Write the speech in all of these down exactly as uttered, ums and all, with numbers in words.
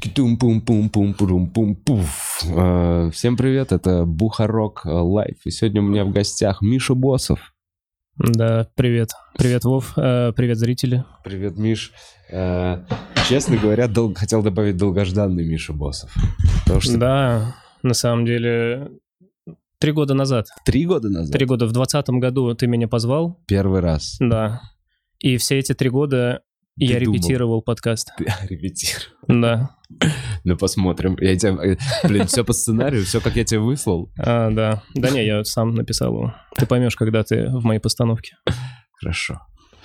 Чики-тум-пум-пум-пум-пум-пум-пуф. А, Всем привет, это Бухарок Лайф. И сегодня у меня в гостях Миша Боссов. Да, привет. Привет, Вов. Э, привет, зрители. Привет, Миш. Э, Честно говоря, дол- хотел добавить долгожданный Миша Боссов. Потому что Да, на самом деле, три года назад. три года назад, Три года. В двадцатом году ты меня позвал. первый раз Да. И все эти три года я думал. репетировал подкаст. ты репетировал. Да. Ну, посмотрим. Я тебя, э, блин, все по сценарию, все, как я тебе выслал. А, да. Да не, я сам написал его. Ты поймешь, когда ты в моей постановке. Хорошо.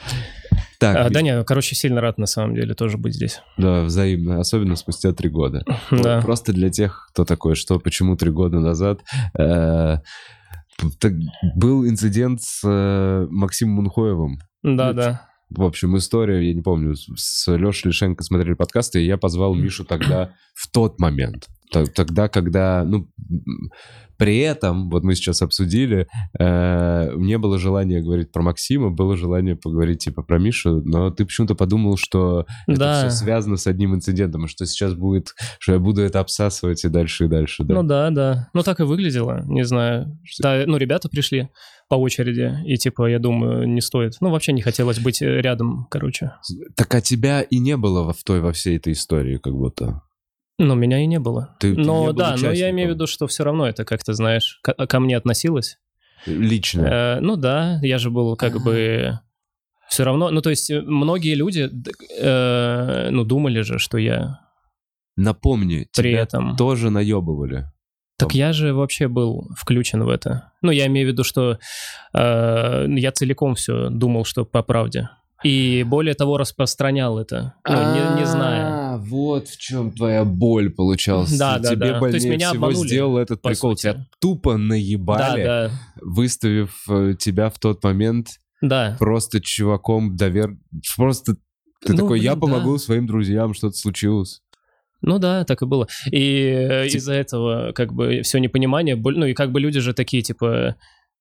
Так, А, Ми- да не, короче, сильно рад на самом деле тоже быть здесь. да, взаимно, особенно спустя три года. Да. Просто для тех, кто такой, что, почему три года назад э, так был инцидент с э, Максимом Мунхоевым. Да, Ну, да. В общем, история, я не помню, с- с Лешей Лишенко смотрели подкасты, и я позвал Мишу тогда в тот момент. Т- Тогда, когда, ну, м, при этом, вот мы сейчас обсудили, э, не было желания говорить про Максима, было желание поговорить, типа, про Мишу, но ты почему-то подумал, что это Да. все связано с одним инцидентом, и что сейчас будет, что я буду это обсасывать и дальше, и дальше, да? Ну да, да. Ну так и выглядело, не знаю. Да, ну ребята пришли по очереди, и типа, я думаю, не стоит. Ну вообще не хотелось быть э, рядом, короче. Так а тебя и не было во- в той, во всей этой истории, как будто. Но меня и не было. Ты- ты но не был да, но я участником. имею в виду, что все равно это как-то, знаешь, ко, ко мне относилось. Лично. Э, ну да, я же был как бы все равно. Ну то есть э, многие люди, д- э, ну думали же, что я Напомни, при тебя этом. тоже наебывали. Так я же вообще был включен в это. Ну я имею в виду, что э, я целиком все думал, что по правде. И более того, распространял это, ну, не, не зная. А, вот в чем твоя боль получалась. Да, да, Тебе да. То больнее есть меня всего обманули, сделал этот по прикол. сути. Тебя тупо наебали, Да, да, выставив э, тебя в тот момент да. просто чуваком довер... Просто ты Ну, такой, я блин, помогу да. своим друзьям, что-то случилось. Ну да, так и было. И э, Тип- из-за этого как бы все непонимание, боль- ну и как бы люди же такие типа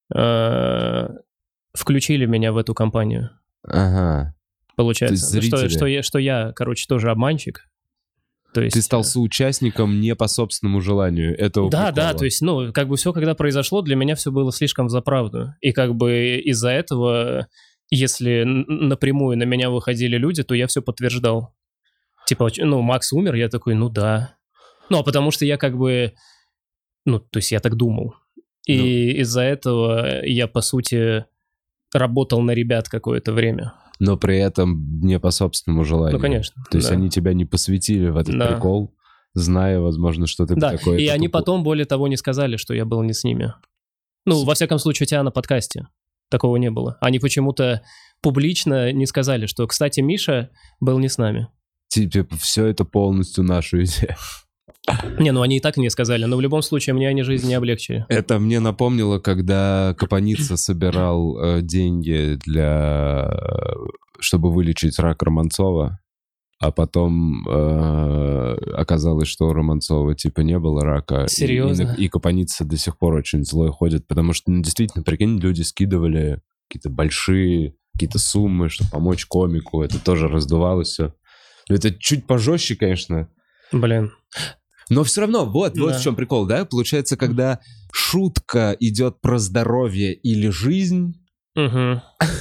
э, включили меня в эту компанию. Ага. Получается, То есть что, зрители. что, я, что я, короче, тоже обманщик. То есть, Ты стал э, соучастником не по собственному желанию этого Да, прикола. да, то есть, ну, как бы все, когда произошло, для меня все было слишком взаправду. И как бы из-за этого, если н- напрямую на меня выходили люди, то я все подтверждал. Типа, ч- ну, Макс умер, я такой, ну да. Ну, а потому что я как бы, ну, то есть я так думал. И Ну. из-за этого я, по сути, работал на ребят какое-то время. Но при этом не по собственному желанию. Ну, конечно. То есть да. они тебя не посвятили в этот Да. прикол, зная, возможно, что ты Да, такой. и они тупо- потом, более того, не сказали, что я был не с ними. Ну, во всяком случае, у тебя на подкасте такого не было. Они почему-то публично не сказали, что, кстати, Миша был не с нами. Типа, все это полностью наша идея. Не, ну они и так не сказали, но в любом случае мне они жизнь не облегчили. Это мне напомнило, когда Капаница собирал э, деньги для... чтобы вылечить рак Романцова, а потом э, оказалось, что у Романцова типа не было рака. И- Серьезно? И, и Капаница до сих пор очень злой ходит, потому что, ну, действительно, прикинь, люди скидывали какие-то большие, какие-то суммы, чтобы помочь комику, это тоже раздувалось все. Это чуть пожестче, конечно. Блин. Но все равно, вот, вот Да. в чем прикол, да? Получается, когда шутка идет про здоровье или жизнь, Мгм.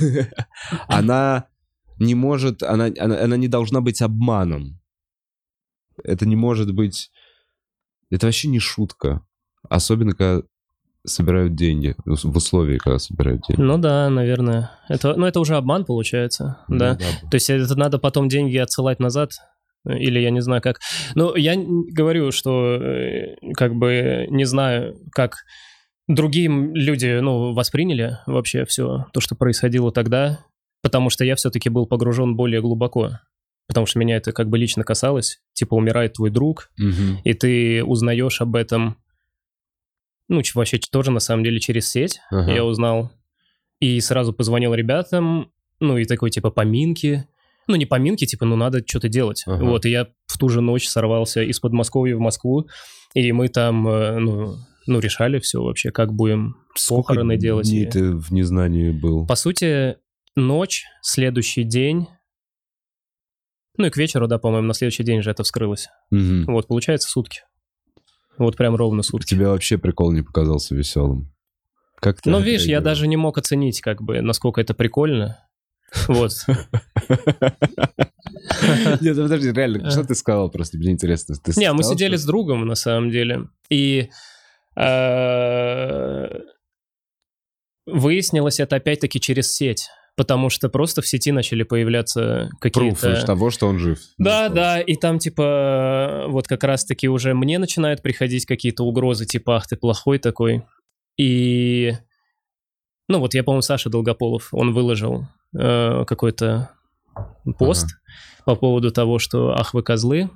она не может, она, она, она не должна быть обманом. Это не может быть... Это вообще не шутка. Особенно, когда собирают деньги. В условии, когда собирают деньги. Ну да, наверное. Это, ну это уже обман получается, да. Ну То есть это надо потом деньги отсылать назад, или я не знаю как. Ну, я н- говорю, что э, как бы не знаю, как другие м- люди, ну, восприняли вообще все то, что происходило тогда, потому что я все-таки был погружен более глубоко, потому что меня это как бы лично касалось. Типа умирает твой друг, Мгм. и ты узнаешь об этом, ну, ч- вообще тоже на самом деле через сеть Ага. я узнал. И сразу позвонил ребятам, ну, и такой, типа, поминки. Ну, не поминки, типа, ну, надо что-то делать. Ага. Вот, и я в ту же ночь сорвался из Подмосковья в Москву, и мы там, э, ну, ну решали все вообще, как будем Сколько похороны делать. дней И- ты в незнании был? По сути, ночь, следующий день, Ну и к вечеру, да, по-моему, на следующий день же это вскрылось. Угу. Вот, получается, сутки. Вот прям ровно сутки. Тебе вообще прикол не показался веселым? Как ты Ну, видишь, я отреагировал? даже не мог оценить, как бы, насколько это прикольно. Вот. Нет, подожди, реально, что ты сказал? Просто мне интересно. Ты Не, мы сказал, сидели что- с другом, на самом деле, и э, выяснилось это опять-таки через сеть, потому что просто в сети начали появляться какие-то... Пруфы того, что он жив. Да, Ну, да, и там типа вот как раз-таки уже мне начинают приходить какие-то угрозы, типа, ах ты плохой такой. И, ну вот я, по-моему, Саша Долгополов, он выложил э, какой-то пост по поводу того, что ах вы козлы.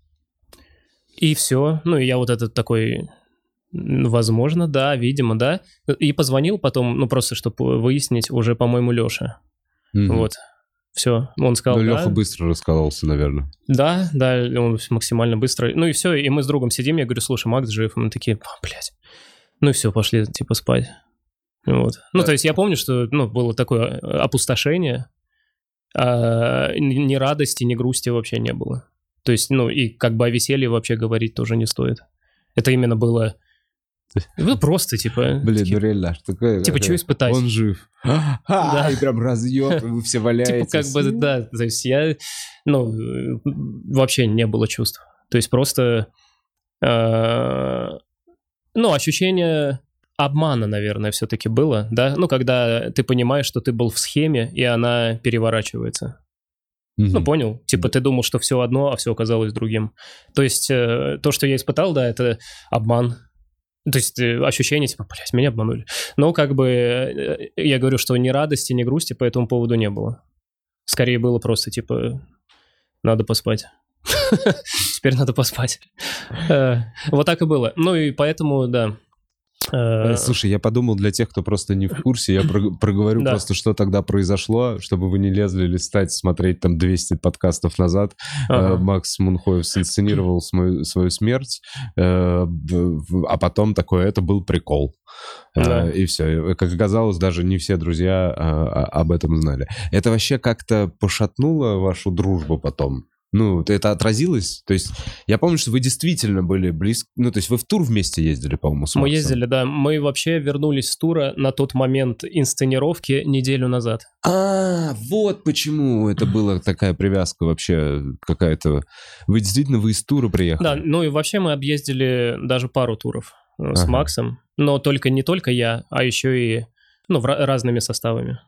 И все. Ну и я вот этот такой, м, возможно, да, видимо, да. И позвонил потом, ну просто чтобы выяснить, уже, по-моему, Леша. Мгм. Вот. Все. Он сказал, Ну, да. Леха быстро раскололся, наверное. Да, да, он максимально быстро. Ну и все, и мы с другом сидим, я говорю, слушай, Макс жив. Мы такие, «А, блядь. Ну и все, пошли, типа, спать. Вот. Ну, то есть я помню, что, ну, было такое опустошение, а ни ни радости, ни грусти вообще не было. То есть, ну, и как бы о веселье вообще говорить тоже не стоит. Это именно было, ну, просто, типа, Блин, такие, ну реально, аж такое... типа, что испытать? Он жив. Да. Да. И прям разъеб, и вы все валяетесь. Типа, как бы, да, то есть я, ну, э, вообще не было чувств. То есть просто, э, ну, ощущение обмана, наверное, все-таки было, да? Ну, когда ты понимаешь, что ты был в схеме, и она переворачивается. Мгм. Ну, понял? Типа, Да. ты думал, что все одно, а все оказалось другим. То есть э, то, что я испытал, да, это обман. То есть э, ощущение, типа, блядь, меня обманули. Но как бы э, я говорю, что ни радости, ни грусти по этому поводу не было. Скорее было просто, типа, надо поспать. Теперь надо поспать. Э, Вот так и было. Ну и поэтому, да. Э, Э, Слушай, я подумал, для тех, кто просто не в курсе, я про- проговорю Да. просто, что тогда произошло, чтобы вы не лезли листать, смотреть там двести подкастов назад. ага. Э, Макс Мунхоев синсценировал свою, свою смерть, э, в- в- а потом такое, это был прикол. Э, Да. И все. Как оказалось, даже не все друзья э, а- об этом знали. Это вообще как-то пошатнуло вашу дружбу потом? Ну, это отразилось? То есть, я помню, что вы действительно были близко... Ну, то есть, вы в тур вместе ездили, по-моему, с Мы Максом? ездили, да. Мы вообще вернулись с тура на тот момент инсценировки неделю назад. А, вот почему это была такая привязка вообще какая-то. Вы действительно, вы из тура приехали? Да, ну и вообще мы объездили даже пару туров э, с Ага. Максом. Но только не только я, а еще и, ну, в ra- разными составами.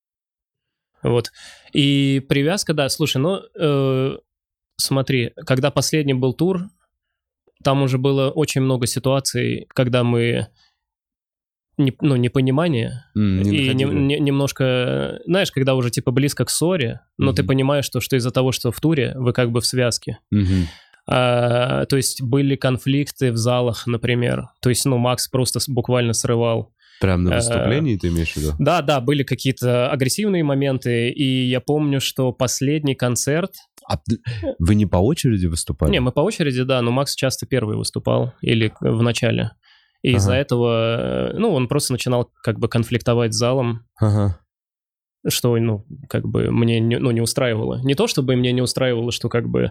Вот. И привязка, да, слушай, ну, э, смотри, когда последний был тур, там уже было очень много ситуаций, когда мы, не, ну, непонимание, М, не и не- находили. не- немножко, знаешь, когда уже типа близко к ссоре, но ты Мгм. понимаешь, что, что из-за того, что в туре, вы как бы в связке. Мгм. А, то есть были конфликты в залах, например. То есть, ну, Макс просто с- буквально срывал. Прям на Э, выступлении ты имеешь в виду? Да, да, были какие-то агрессивные моменты, и я помню, что последний концерт... А ты- вы не по очереди выступали? Не, мы по очереди, да, но Макс часто первый выступал, или в начале. И из-за Ага. этого, э, ну, он просто начинал как бы конфликтовать с залом, Ага. что, ну, как бы мне не, ну, не устраивало. Не то, чтобы мне не устраивало, что как бы,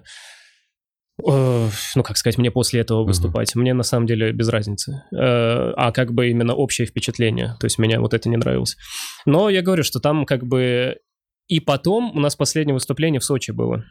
э, ну, как сказать, мне после этого Мгм. выступать. Мне на самом деле без разницы. Э, а как бы именно общее впечатление. То есть меня вот это не нравилось. Но я говорю, что там как бы... И потом у нас последнее выступление в Сочи было.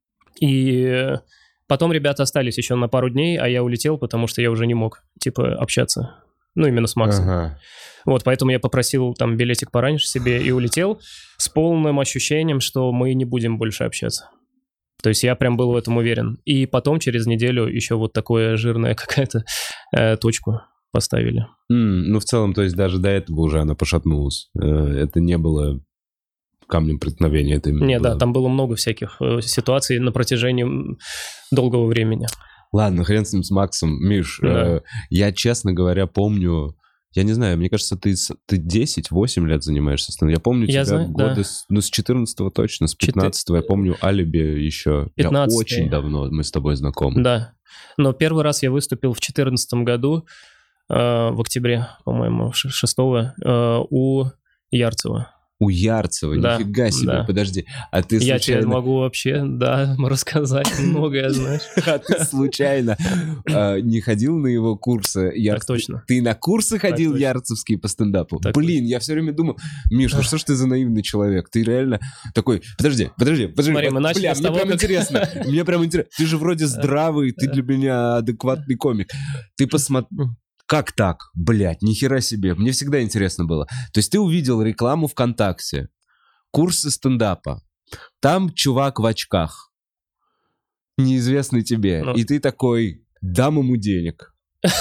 И потом ребята остались еще на пару дней, а я улетел, потому что я уже не мог, типа, общаться. Ну, именно с Максом. Ага. Вот, поэтому я попросил там билетик пораньше себе и улетел с полным ощущением, что мы не будем больше общаться. То есть я прям был в этом уверен. И потом через неделю еще вот такое жирное какая-то э, точку поставили. М, ну, в целом, то есть даже до этого уже она пошатнулась. Э, Это не было камнем преткновения. Это именно Не, было- да, там было много всяких э, ситуаций на протяжении м, долгого времени. Ладно, хрен с ним, с Максом. Миш, Да. э, я, честно говоря, помню... Я не знаю, мне кажется, ты, с- ты десять-восемь лет занимаешься стендапом. Я помню Я тебя знаю, годы... да. с- ну, с четырнадцатого точно, с Четы- пятнадцатого. Я помню «Алиби» еще. Я пятнадцатый. очень давно мы с тобой знакомы. Да. Но первый раз я выступил в две тысячи четырнадцатом году, э, в октябре, по-моему, ш- шестого, э, у Ярцева. У Ярцева, Да, нифига себе, да. подожди. А ты Я случайно... тебе могу вообще, да, рассказать многое, знаешь. А ты случайно э, не ходил на его курсы? Яр... Так точно. Ты на курсы ходил точно. ярцевские по стендапу? Так Блин, я все время думал, Миш, ну что ж ты за наивный человек? Ты реально такой, подожди, подожди, подожди. Смотри, вот, мы начали бля, с мне того, прям как- интересно, мне прям интересно. Ты же вроде здравый, ты для меня адекватный комик. Ты посмотри... Как так? Блядь, нихера себе. Мне всегда интересно было. То есть ты увидел рекламу ВКонтакте, курсы стендапа. Там чувак в очках, неизвестный тебе. Ну. И ты такой, дам ему денег.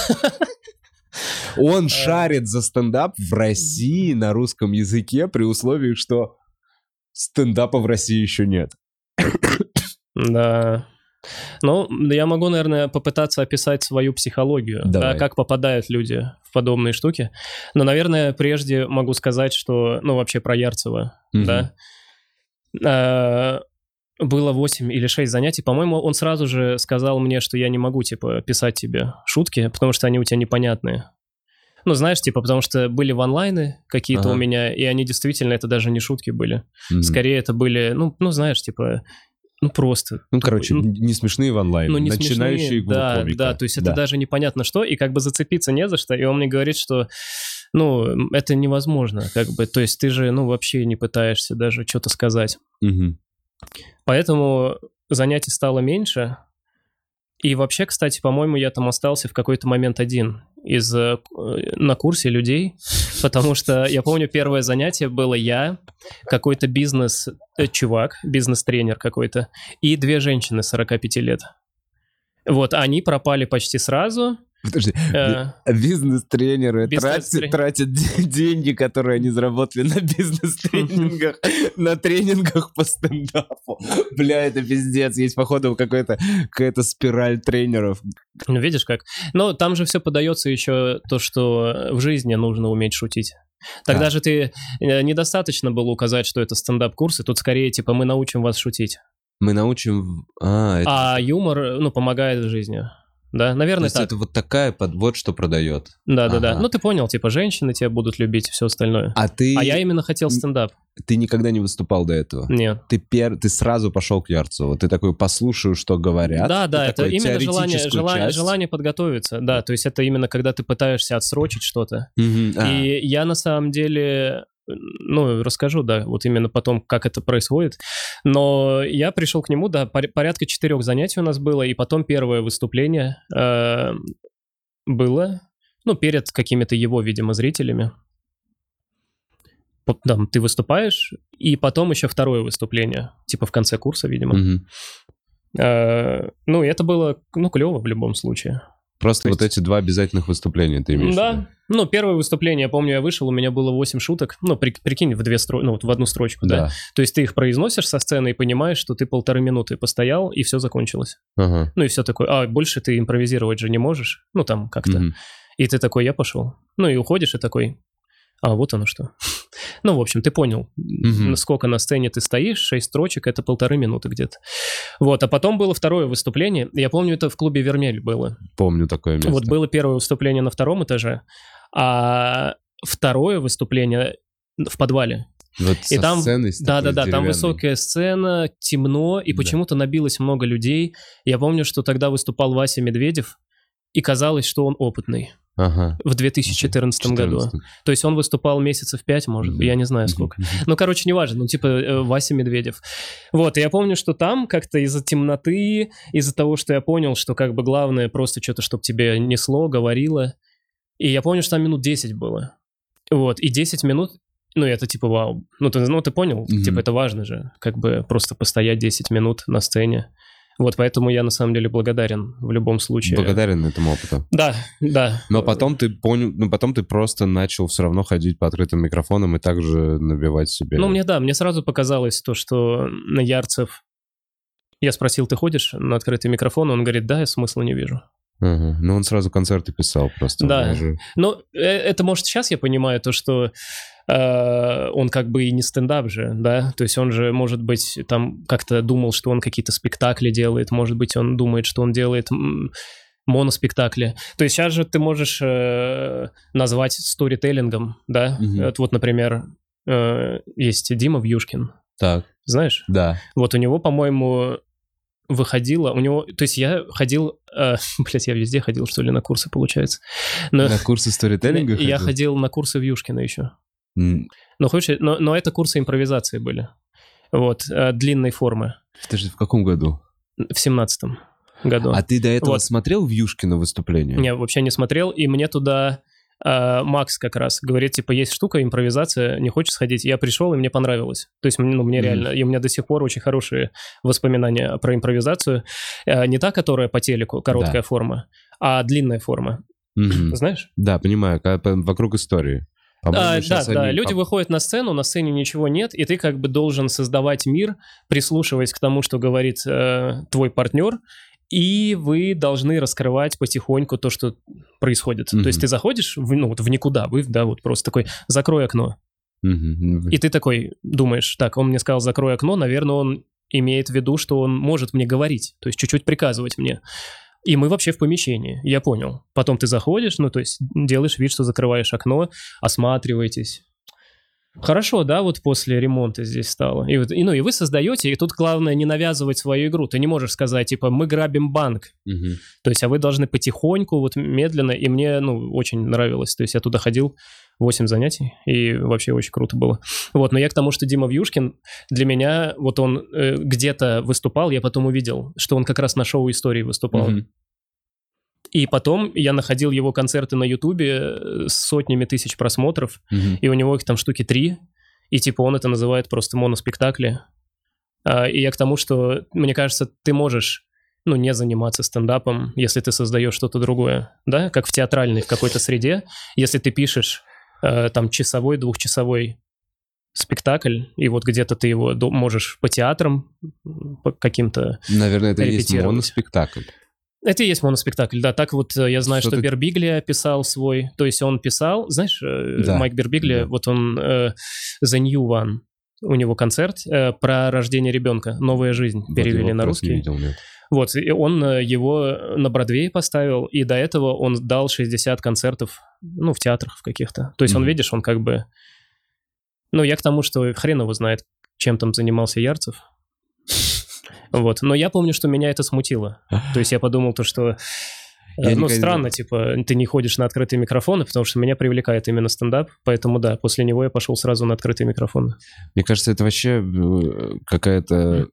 Он шарит за стендап в России на русском языке при условии, что стендапа в России еще нет. Да. Ну, я могу, наверное, попытаться описать свою психологию, Давай. да, как попадают люди в подобные штуки. Но, наверное, прежде могу сказать, что, ну, вообще про Ярцева, Мгм. да. Э, Было восемь или шесть занятий. По-моему, он сразу же сказал мне, что я не могу, типа, писать тебе шутки, потому что они у тебя непонятные. Ну, знаешь, типа, потому что были ванлайны какие-то Ага. у меня, и они действительно, это даже не шутки были. Мгм. Скорее, это были, ну, ну знаешь, типа, ну, просто. Ну, короче, ну, не смешные в онлайн, ну, не начинающие смешные. Да, глухомика. да, то есть это Да. даже непонятно что, и как бы зацепиться не за что, и он мне говорит, что, ну, это невозможно, как бы, то есть ты же, ну, вообще не пытаешься даже что-то сказать. Мгм. Поэтому занятий стало меньше, и вообще, кстати, по-моему, я там остался в какой-то момент один из э, на курсе людей, потому что я помню, первое занятие было я, какой-то бизнес-чувак, бизнес-тренер какой-то, и две женщины сорока пяти лет. Вот, они пропали почти сразу. Подожди, Э, би- бизнес-тренеры Бизнес-трен- тратят, тратят де- деньги, которые они заработали на бизнес-тренингах, на тренингах по стендапу. Бля, это пиздец. Есть, походу, какой-то, какая-то спираль тренеров. Ну, видишь как. Но там же все подается еще то, что в жизни нужно уметь шутить. Тогда Да. же ты э, недостаточно было указать, что это стендап-курсы, тут скорее, типа, мы научим вас шутить. Мы научим... А, это, А юмор, ну, помогает в жизни. Да, то наверное, есть так. это вот такая под... Вот что продает. Да-да-да. Ага. Ну, ты понял, типа, женщины тебя будут любить и все остальное. А ты, А я именно хотел стендап. ты никогда не выступал до этого? Нет. Ты, пер... ты сразу пошел к Ярцеву. Ты такой, послушаю, что говорят. Да, да, Ты это такой, именно желание, теоретическую желание, часть. желание подготовиться. Да, то есть это именно когда ты пытаешься отсрочить что-то. Мгм, а. И я на самом деле, ну, расскажу, да, вот именно потом, как это происходит. Но я пришел к нему, да, пор- порядка четырех занятий у нас было, и потом первое выступление э, было, ну, перед какими-то его, видимо, зрителями. По- Там ты выступаешь, и потом еще второе выступление, типа в конце курса, видимо. Мгм. Э, ну, и это было, ну, клево в любом случае. Просто То вот есть- эти два обязательных выступления ты имеешь в виду? Да. Ну, первое выступление, я помню, я вышел, у меня было восемь шуток. Ну, при- прикинь, в две стро... ну, вот в одну строчку, да. Да. То есть ты их произносишь со сцены и понимаешь, что ты полторы минуты постоял, и все закончилось. Ага. Ну, и все такое, а больше ты импровизировать же не можешь. Ну, там как-то. Мгм. И ты такой, я пошел. Ну, и уходишь, и такой, а вот оно что. Ну, в общем, ты понял, Мгм. насколько на сцене ты стоишь, шесть строчек, это полторы минуты где-то. Вот, а потом было второе выступление. Я помню, это в клубе «Вермель» было. Помню такое место. Вот было первое выступление на втором этаже, а второе выступление в подвале. Вот И со там, сценой с такой да-да-да, там деревянной. высокая сцена, темно, и Да. почему-то набилось много людей. Я помню, что тогда выступал Вася Медведев, и казалось, что он опытный Ага. в две тысячи четырнадцатом году. четырнадцатом. То есть он выступал месяцев пять, может быть, я не знаю сколько. Ну, короче, неважно, ну, типа э, Вася Медведев. Вот, и я помню, что там как-то из-за темноты, из-за того, что я понял, что как бы главное просто что-то, чтобы тебе несло, говорило. И я помню, что там минут десять было. Вот, и десять минут, ну, это типа вау. Ну, ты, ну, ты понял? Мгм. Типа это важно же, как бы просто постоять десять минут на сцене. Вот, поэтому я на самом деле благодарен в любом случае. Благодарен этому опыту. Да, да. Но потом ты понял, ну потом ты просто начал все равно ходить по открытым микрофонам и также набивать себе. Ну, мне, да, мне сразу показалось то, что Ярцев... Я спросил, ты ходишь на открытый микрофон? Он говорит, да, я смысла не вижу. Ага. Ну он сразу концерты писал просто. Да. Он же- Ну, э, это, может, сейчас я понимаю то, что э, он как бы и не стендап же, да? То есть он же, может быть, там как-то думал, что он какие-то спектакли делает, может быть, он думает, что он делает м, моноспектакли. То есть сейчас же ты можешь э, назвать сторителлингом, да? Мгм. Это вот, например, э, есть Дима Вьюшкин. Так. Знаешь? Да. Вот у него, по-моему, выходило... У него... То есть я ходил... Э, блядь, я везде ходил, что ли, на курсы, получается. Но, на курсы сторителлинга ходил? Я ходил на курсы Вьюшкина еще. Mm. Но, хочешь, но, но это курсы импровизации были. Вот, э, длинной формы. Подожди, в каком году? В семнадцатом году. А ты до этого вот. смотрел Вьюшкина выступление? Не, вообще не смотрел, и мне туда... Uh, Макс как раз говорит, типа, есть штука, импровизация, не хочешь сходить? Я пришел, и мне понравилось. То есть, ну, мне mm-hmm. реально... И у меня до сих пор очень хорошие воспоминания про импровизацию. Uh, не та, которая по телеку, короткая да. форма, а длинная форма. Mm-hmm. Знаешь? Да, понимаю, вокруг истории. А, да, да, они... люди выходят на сцену, на сцене ничего нет, и ты как бы должен создавать мир, прислушиваясь к тому, что говорит э, твой партнер, и вы должны раскрывать потихоньку то, что происходит. Mm-hmm. То есть ты заходишь в, ну, вот в никуда, вы, да, вот просто такой, закрой окно. Mm-hmm. И ты такой думаешь, так, он мне сказал, закрой окно, наверное, он имеет в виду, что он может мне говорить, то есть чуть-чуть приказывать мне. И мы вообще в помещении, я понял. Потом ты заходишь, ну, то есть делаешь вид, что закрываешь окно, осматриваетесь. Хорошо, да, вот после ремонта здесь стало. И, вот, и, ну, и вы создаете, и тут главное не навязывать свою игру. Ты не можешь сказать, типа, мы грабим банк. Угу. То есть, а вы должны потихоньку, вот медленно, и мне, ну, очень нравилось. То есть, я туда ходил восемь занятий, и вообще очень круто было. Вот, но я к тому, что Дима Вьюшкин, для меня, вот он э, где-то выступал, я потом увидел, что он как раз на шоу «Истории» выступал. Угу. И потом я находил его концерты на Ютубе с сотнями тысяч просмотров, mm-hmm. и у него их там штуки три, и типа он это называет просто моноспектакли. А, и я к тому, что, мне кажется, ты можешь, ну, не заниматься стендапом, если ты создаешь что-то другое, да, как в театральной, в какой-то среде. Если ты пишешь э, там часовой, двухчасовой спектакль, и вот где-то ты его можешь по театрам, по каким-то Наверное, это и есть моноспектакль. Это и есть моноспектакль, да. Так вот я знаю, что, что ты... Бербиглия писал свой. То есть он писал, знаешь, да. Майк Бербиглия, да. вот он э, The New One, у него концерт э, про рождение ребенка, «Новая жизнь» вот перевели на русский. Видел, вот, и он его на Бродвее поставил, и до этого он дал шестьдесят концертов, ну, в театрах в каких-то. То есть mm-hmm. он, видишь, он как бы... Ну, я к тому, что хрен его знает, чем там занимался Ярцев. Вот, но я помню, что меня это смутило. То есть я подумал то, что, я ну, странно, не... типа, ты не ходишь на открытые микрофоны, потому что меня привлекает именно стендап, поэтому, да, после него я пошел сразу на открытые микрофоны. Мне кажется, это вообще какая-то...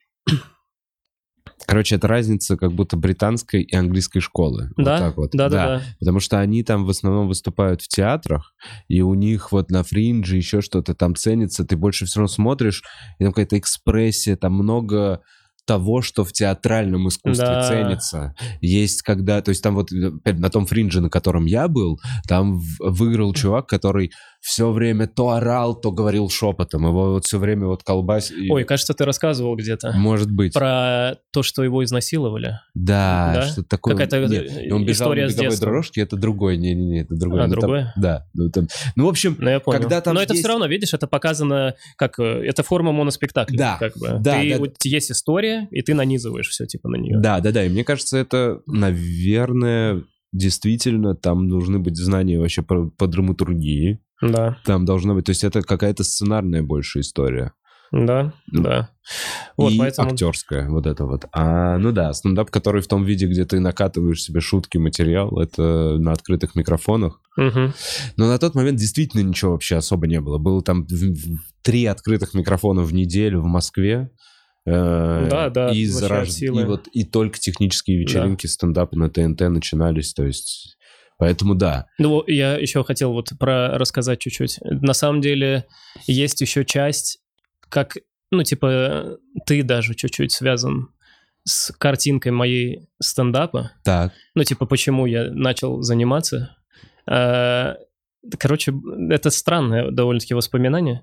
Короче, это разница как будто британской и английской школы. Да, вот так вот. Да, да, да. Потому что они там в основном выступают в театрах, и у них вот на фриндже еще что-то там ценится, ты больше все равно смотришь, и там какая-то экспрессия, там много... того, что в театральном искусстве да. ценится. Есть когда... То есть там вот на том фриндже, на котором я был, там выиграл чувак, который все время то орал, то говорил шепотом. Его вот все время вот колбась... Ой, кажется, ты рассказывал где-то. Может быть. Про то, что его изнасиловали. Да, да? что-то такое. Какая-то Нет, он бежал на беговой дорожке, это другой. Не-не-не, это другой. А, ну, другое? Там, да. Ну, там, ну, в общем, ну, я понял. когда там Но есть... это все равно, видишь, это показано как... Это форма моноспектакля. Да, как бы. да, ты, да. Вот есть история, и ты нанизываешь все типа на нее. Да, да, да. И мне кажется, это, наверное, действительно там должны быть знания вообще по, по драматургии. Да. Там должно быть... То есть это какая-то сценарная больше история. Да, да. Вот, и поэтому... актерская, вот это вот. А, ну да, стендап, который в том виде, где ты накатываешь себе шутки, материал, это на открытых микрофонах. Угу. Но на тот момент действительно ничего вообще особо не было. Было там три открытых микрофона в неделю в Москве. Да, да, и, зараж... и, вот, и только технические вечеринки да. стендапа на ТНТ начинались, то есть... Поэтому да. Ну, я еще хотел вот про рассказать чуть-чуть. На самом деле есть еще часть, как, ну, типа, ты даже чуть-чуть связан с картинкой моей стендапа. Так. Ну, типа, почему я начал заниматься. Короче, это странное довольно-таки воспоминание.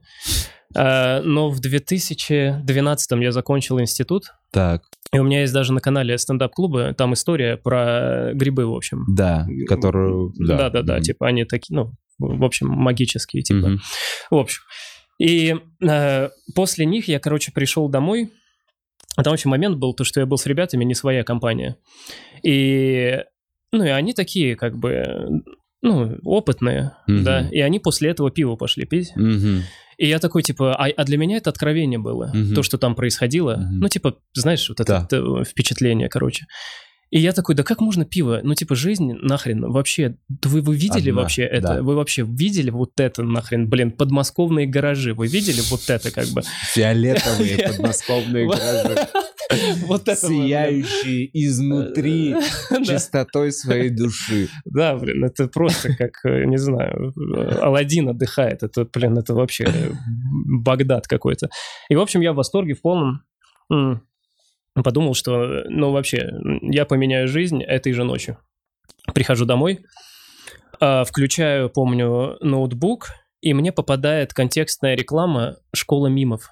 Но в две тысячи двенадцатом я закончил институт. Так. И у меня есть даже на канале стендап-клуба, там история про грибы, в общем. Да, которую... Да-да-да, mm-hmm. типа они такие, ну, в общем, магические, типа. Mm-hmm. В общем. И э, после них я, короче, пришел домой. А там, в общем, момент был, то, что я был с ребятами, не своя компания. И, ну, и они такие, как бы... Ну, опытные, mm-hmm. да, и они после этого пиво пошли пить. Mm-hmm. И я такой, типа, а, а для меня это откровение было, Мгм. то, что там происходило. Мгм. Ну, типа, знаешь, вот это, Да. это впечатление, короче. И я такой, да как можно пиво? Ну, типа, жизнь нахрен вообще... Да Вы, вы видели Одна, вообще это? да. Вы вообще видели вот это нахрен? Блин, подмосковные гаражи. Вы видели вот это как бы? Фиолетовые подмосковные гаражи, Вот это, блин. сияющие изнутри Да. чистотой своей души. Да, блин, это просто как, э, не знаю, э, Аладдин отдыхает. Это, блин, это вообще э, Багдад какой-то. И, в общем, я в восторге в полном. М. Подумал, что, ну, вообще, я поменяю жизнь этой же ночью. Прихожу домой, а, включаю, помню, ноутбук, и мне попадает контекстная реклама «Школа мимов».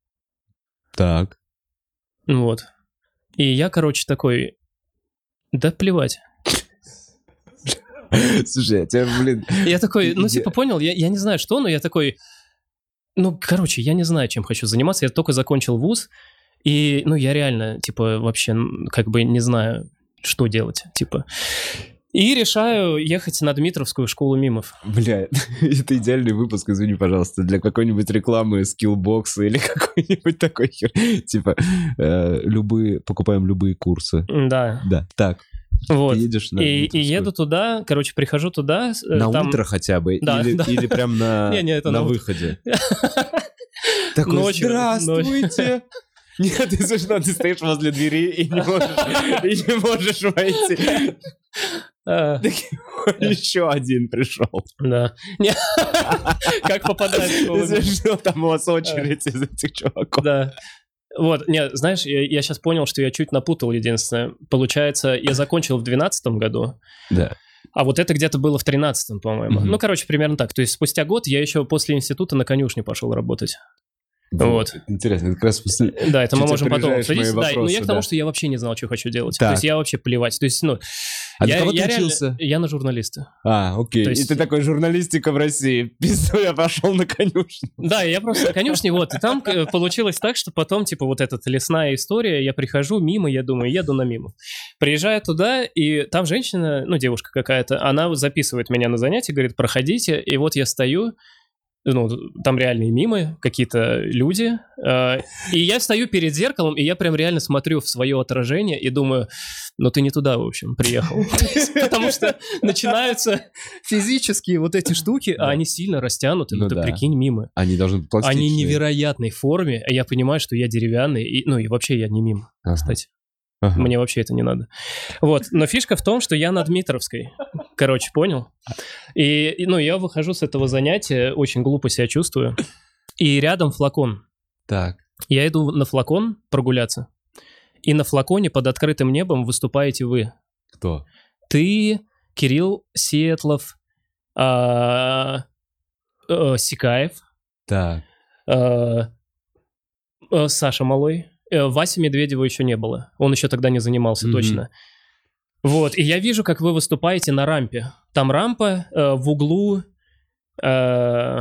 Так. Вот. И я, короче, такой, да плевать. Слушай, я тебя, блин... Я такой, ну, Иде- типа, понял, я, я не знаю, что, но я такой, ну, короче, я не знаю, чем хочу заниматься. Я только закончил вуз, и, ну, я реально, типа, вообще, м, как бы не знаю, что делать, типа. И решаю ехать на Дмитровскую школу мимов. Бля, это идеальный выпуск, извини, пожалуйста, для какой-нибудь рекламы скиллбокса или какой-нибудь такой хер. Типа, э, любые, покупаем любые курсы. Да, Да, так, вот. ты едешь на И, и Дмитровскую. еду туда, короче, прихожу туда. э, На там... утро хотя бы? Да, или, да. или прям на, Не, не, это на на утро. выходе? Такой, Ночью, здравствуйте! Нет, ты смешно, ты стоишь возле двери и не можешь, и не можешь войти. А, Еще один пришел. Да. Не. Как попадать в школу Ты мимов? смешно, там у вас очередь из этих чуваков. Да. Вот, не, знаешь, я, я сейчас понял, что я чуть напутал единственное. Получается, я закончил в двенадцатом году, Да. а вот это где-то было в тринадцатом, по-моему. Мгм. Ну, короче, примерно так. То есть спустя год я еще после института на конюшне пошел работать. Вот. Интересно, это как раз после... Да, это мы Чуть можем потом опережаешь мои обсудить. Да, но вопросы, я к тому, да. что я вообще не знал, что хочу делать. Так. То есть я вообще плевать. То есть, ну... А на я, кого ты я реально- учился? Я на журналиста. А, окей. То есть- И ты такой, журналистика в России. Пизду, я пошел на конюшню. Да, я просто на конюшне, вот, и там э, получилось так, что потом, типа, вот эта лесная история, я прихожу мимо, я думаю, еду на мимо. Приезжаю туда, и там женщина, ну, девушка какая-то, она вот записывает меня на занятия, говорит, проходите, и вот я стою, ну, там реальные мимы, какие-то люди, э, и я стою перед зеркалом, и я прям реально смотрю в свое отражение и думаю, ну ты не туда, в общем, приехал. Потому что начинаются физические вот эти штуки, а Да. они сильно растянуты, Ну ну ты да. прикинь, мимы. Они должны быть пластичные. Они невероятной форме, а я понимаю, что я деревянный, и, ну и вообще я не мим, Ага. кстати. Ага. Мне вообще это не надо. Вот, но фишка в том, что я на Дмитровской. Короче, понял? И, и, ну, я выхожу с этого занятия, очень глупо себя чувствую. И рядом флакон. Так. Я иду на флакон прогуляться. И на флаконе под открытым небом выступаете вы. Кто? Ты, Кирилл Сетлов, а, э, Сикаев, Так. э, э, Саша Малой. Э, Васи Медведева еще не было. Он еще тогда не занимался, Мгм. точно. Вот, и я вижу, как вы выступаете на рампе. Там рампа э, в углу. э,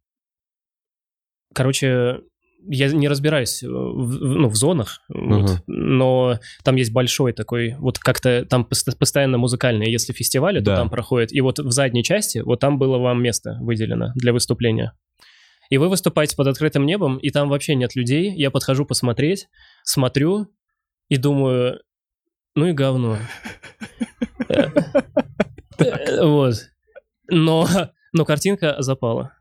Короче, я не разбираюсь в, в- ну, в зонах, вот, Ага. но там есть большой такой, вот как-то там пост- постоянно музыкальные, если фестивали, то Да. там проходит. И вот в задней части, вот там было вам место выделено для выступления. И вы выступаете под открытым небом, и там вообще нет людей. Я подхожу посмотреть, смотрю и думаю, ну и говно. Э, э, Вот. Но, но картинка запала.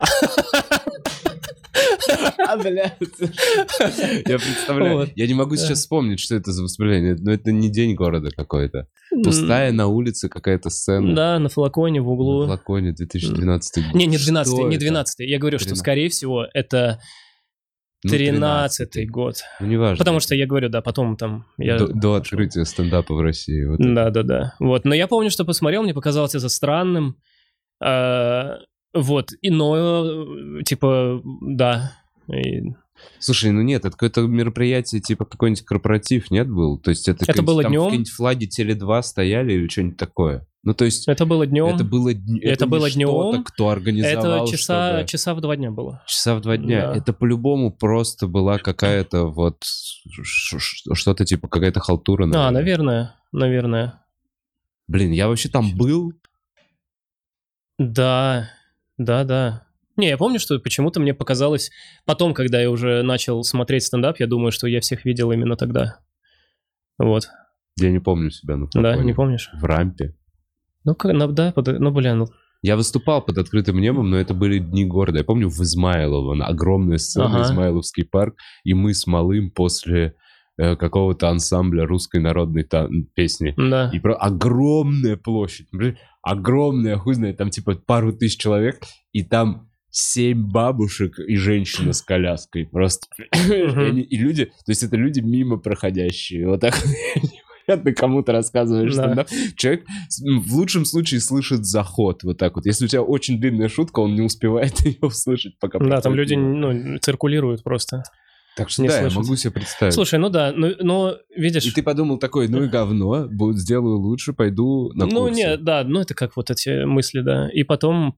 А, блядь. Я представляю. Вот. Я не могу сейчас вспомнить, что это за воспоминание. Но это не день города какой-то. Пустая на улице какая-то сцена. Да, на флаконе в На углу. флаконе две тысячи двенадцатый год. Не, не двенадцатый, Что не это? двенадцатый. Я говорю, что, тринадцатый. скорее всего, это Ну, тринадцатый год. Ну, неважно. Потому что я говорю, да, потом там... Я До, до пошел. открытия стендапа в России. Вот это. Да, да, да. Вот. Но я помню, что посмотрел, мне показалось это странным. А, вот. И, но, э, типа, да. И Слушай, ну нет, это какое-то мероприятие, типа какой-нибудь корпоратив, нет, был? То есть это, Это какие-нибудь было там днем? какие-нибудь флаги Теле два стояли или что-нибудь такое? Ну, то есть это было днем. это было, дн- Это не было что-то, днем. кто организовал, Это часа, чтобы- часа в два дня было. Часа в два дня. Да. Это по-любому просто была какая-то вот ш- ш- что-то типа какая-то халтура. А, наверное. наверное, наверное. Блин, я вообще там был. Да, да, да. Не, я помню, что почему-то мне показалось... Потом, когда я уже начал смотреть стендап, я думаю, что я всех видел именно тогда. Вот. Я не помню себя на Да, не помнишь? В рампе. Ну, как, ну да, под, ну, блин. Ну... Я выступал под открытым небом, но это были дни города. Я помню в Измайлово, огромная сцена, ага. Измайловский парк, и мы с малым после э, какого-то ансамбля русской народной та- песни. Да. И про огромная площадь, блин, огромная, хуй знает, там типа пару тысяч человек, и там семь бабушек и женщина с коляской. Просто. Uh-huh. и, они, и люди, то есть это люди мимо проходящие. Вот так непонятно кому-то рассказываешь. Да. Что, да? Человек в лучшем случае слышит заход. Вот так вот. Если у тебя очень длинная шутка, он не успевает ее услышать, пока... Да, там люди ну, циркулируют просто. Так что не да, слышать. Я могу себе представить. Слушай, ну да, но, но видишь... И ты подумал такой, ну и говно, будет, сделаю лучше, пойду на курсы. Ну нет, да, ну это как вот эти мысли, да. И потом...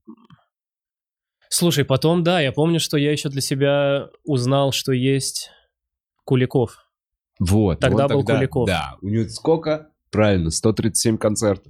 Слушай, потом, да, я помню, что я еще для себя узнал, что есть Куликов. Вот. Тогда был тогда, Куликов. Да, у него сколько? Правильно, сто тридцать семь концертов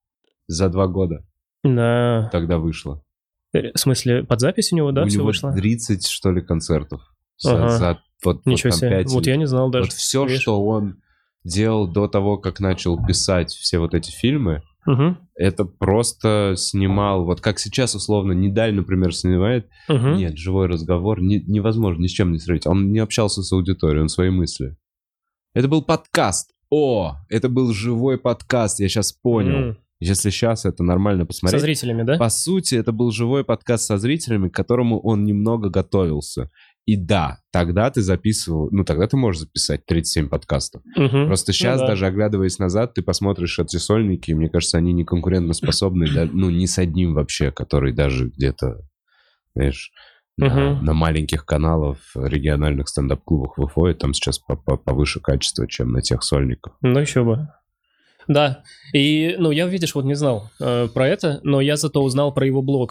за два года. Да. Тогда вышло. В смысле, под запись у него, да, у все него вышло? тридцать, что ли, концертов. Ага. За, за, вот, Ничего вот, себе, пять вот я не знал даже. Вот все, Видишь? Что он делал до того, как начал писать все вот эти фильмы, угу. это просто снимал, вот как сейчас условно Недаль, например, снимает, угу. нет, живой разговор не, невозможно ни с чем не сравнить. Он не общался с аудиторией, он свои мысли. Это был подкаст. О, это был живой подкаст, я сейчас понял. Mm. Если сейчас это нормально посмотреть. Со зрителями, да? По сути, это был живой подкаст со зрителями, к которому он немного готовился. И да, тогда ты записывал, ну тогда ты можешь записать тридцать семь подкастов. Угу. Просто сейчас, ну, да. даже оглядываясь назад, ты посмотришь эти сольники, и мне кажется, они не конкурентоспособны, да, ну ни с одним вообще, который даже где-то, знаешь, угу. на, на маленьких каналах, региональных стендап-клубах выходит, там сейчас повыше качество, чем на тех сольниках. Ну еще бы. Да, и, ну, я, видишь, вот не знал э, про это, но я зато узнал про его блог.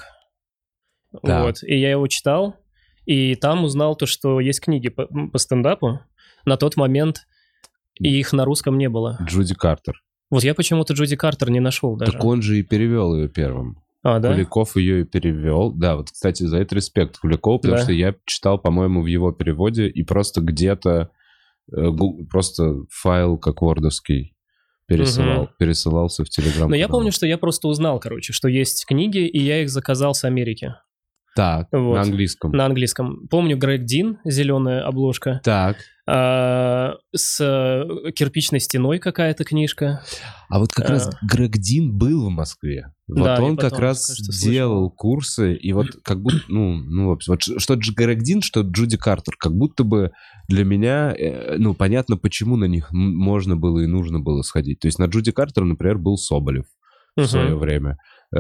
Да. Вот, и я его читал, и там узнал то, что есть книги по, по стендапу. На тот момент и их на русском не было. Джуди Картер. Вот я почему-то Джуди Картер не нашел даже. Так он же и перевел ее первым. А, да? Куликов ее и перевел. Да, вот, кстати, за это респект Куликову, потому да. что я читал, по-моему, в его переводе, и просто где-то э, просто файл как вордовский пересылал, угу. пересылался в Телеграм. Но я помню, что я просто узнал, короче, что есть книги, и я их заказал с Америки. Так, вот. На английском. На английском. Помню, Грег Дин, зеленая обложка. Так. А, с кирпичной стеной какая-то книжка. А вот как а. раз Грег Дин был в Москве. Вот да, он как раз кажется, делал слышал. Курсы, и вот как будто, ну, ну, вот что Грег Дин, что Джуди Картер, как будто бы для меня, ну, понятно, почему на них можно было и нужно было сходить. То есть на Джуди Картер, например, был Соболев в uh-huh. свое время.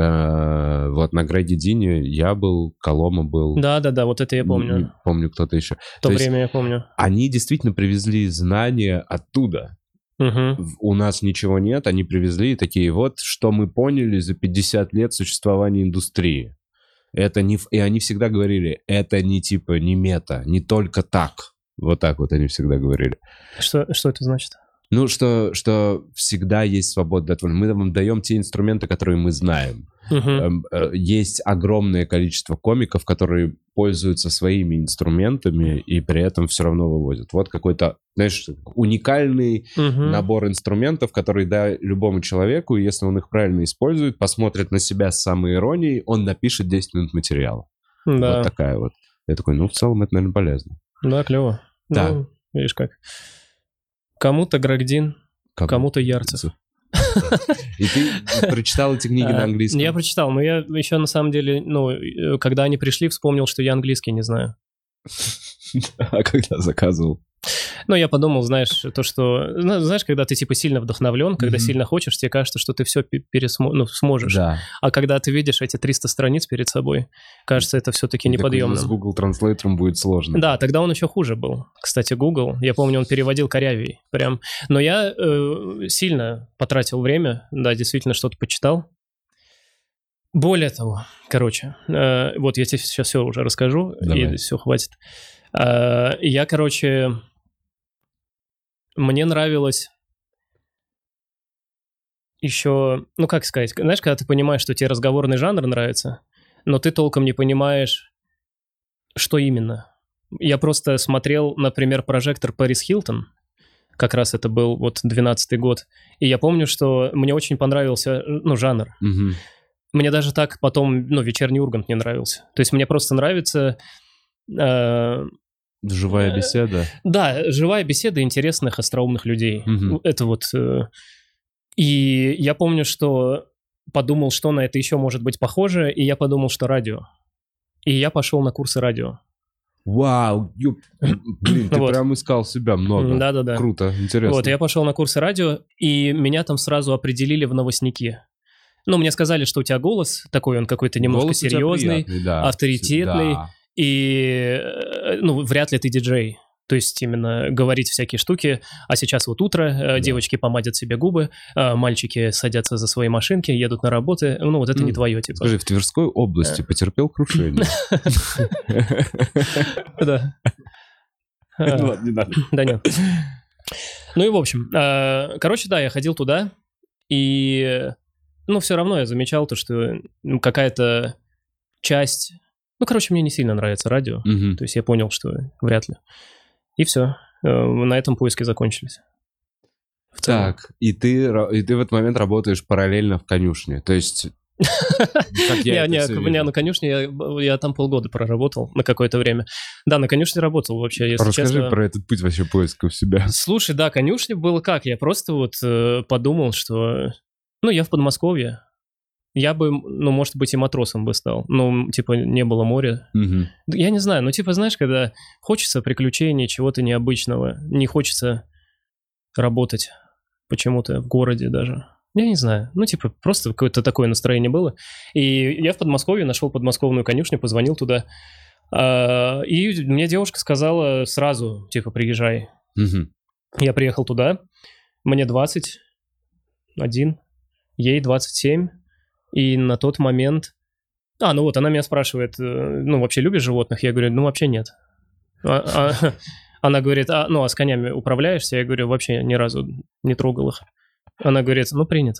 Вот на Греге Дине я был, Колома был. Да-да-да, вот это я помню. Не помню, кто-то еще. В то, то время я помню. Они действительно привезли знания оттуда. Угу. У нас ничего нет, они привезли такие вот, что мы поняли за пятьдесят лет существования индустрии. Это не... И они всегда говорили, это не типа, не мета, не только так. Вот так вот они всегда говорили. Что, что это значит? Ну, что, что всегда есть свобода от воли. Мы вам даем те инструменты, которые мы знаем. Uh-huh. Есть огромное количество комиков, которые пользуются своими инструментами и при этом все равно вывозят. Вот какой-то, знаешь, уникальный uh-huh. набор инструментов, который да любому человеку, если он их правильно использует, посмотрит на себя с самоиронией, он напишет десять минут материала. Да. Вот такая вот. Я такой, ну, в целом это, наверное, полезно. Да, клево. Да. Ну, видишь как. Кому-то Грег Дин, Кому? кому-то Ярцев. И ты прочитал эти книги на английском? Я прочитал, но я еще на самом деле, ну, когда они пришли, вспомнил, что я английский не знаю. А когда заказывал? Ну, я подумал, знаешь, то, что... Знаешь, когда ты, типа, сильно вдохновлен, когда mm-hmm. сильно хочешь, тебе кажется, что ты все пересмо... ну, сможешь. Да. А когда ты видишь эти триста страниц перед собой, кажется, это все-таки неподъемным. С Google Translator будет сложно. Да, тогда он еще хуже был. Кстати, Google, я помню, он переводил корявей прям. Но я э, сильно потратил время, да, действительно что-то почитал. Более того, короче, э, вот я тебе сейчас все уже расскажу, Давай. И все, хватит. Э, я, короче... Мне нравилось еще, ну как сказать, знаешь, когда ты понимаешь, что тебе разговорный жанр нравится, но ты толком не понимаешь, Что именно? Я просто смотрел, например, «Прожектор» Пэрис Хилтон. Как раз это был вот двенадцатый год. И я помню, что мне очень понравился, ну, жанр. Мгм. Мне даже так потом, ну, «Вечерний Ургант» не нравился. То есть мне просто нравится... э, Живая беседа. Да, живая беседа интересных, остроумных людей. Мгм. Это вот... э, И я помню, что подумал, что на это еще может быть похоже, и я подумал, что радио. И я пошел на курсы радио. Вау, ёп, блин, ты Вот. прям искал себя много. Да-да-да. Круто, интересно. Вот, я пошел на курсы радио, и меня там сразу определили в новостники. Ну, мне сказали, что у тебя голос такой, он какой-то немножко Голос у тебя серьезный, приятный, да. авторитетный, Да. и, э, ну, вряд ли ты диджей. То есть именно говорить всякие штуки. А сейчас вот утро, э, Да. девочки помадят себе губы, э, мальчики садятся за свои машинки, едут на работы. Ну, вот это Ну, не твое, типа. Скажи, в Тверской области потерпел крушение? Да. Ну ладно, не надо. Да нет. Ну и в общем, э, короче, да, я ходил туда, и, ну, все равно я замечал то, что ну, какая-то часть... Ну, короче, мне не сильно нравится радио. Мгм. То есть я понял, что вряд ли. И все. На этом поиски закончились. В целом. Так, и ты, ра- и ты в этот момент работаешь параллельно в конюшне. То есть, как я Не, это не, всё не, вижу. на конюшне я, я там полгода проработал на какое-то время. Да, на конюшне работал вообще, если Расскажи честно. про этот путь вообще поисков себя. Слушай, да, конюшня было как? Я просто вот э, подумал, что... Ну, я в Подмосковье. Я бы, ну, может быть, и матросом бы стал. Ну, типа, не было моря. Мгм. Да я не знаю, ну, типа, знаешь, когда хочется приключений, чего-то необычного, не хочется работать почему-то в городе даже. Я не знаю. Ну, типа, просто какое-то такое настроение было. И я в Подмосковье нашел подмосковную конюшню, позвонил туда. А, и мне девушка сказала сразу, типа, приезжай. Мгм. Я приехал туда, мне двадцать один, ей двадцать семь, и на тот момент... А, ну вот, она меня спрашивает, э, ну, вообще любишь животных? Я говорю, ну, вообще нет. А- а- Она говорит, а, ну, а с конями управляешься? Я говорю, вообще ни разу не трогал их. Она говорит, ну, принято.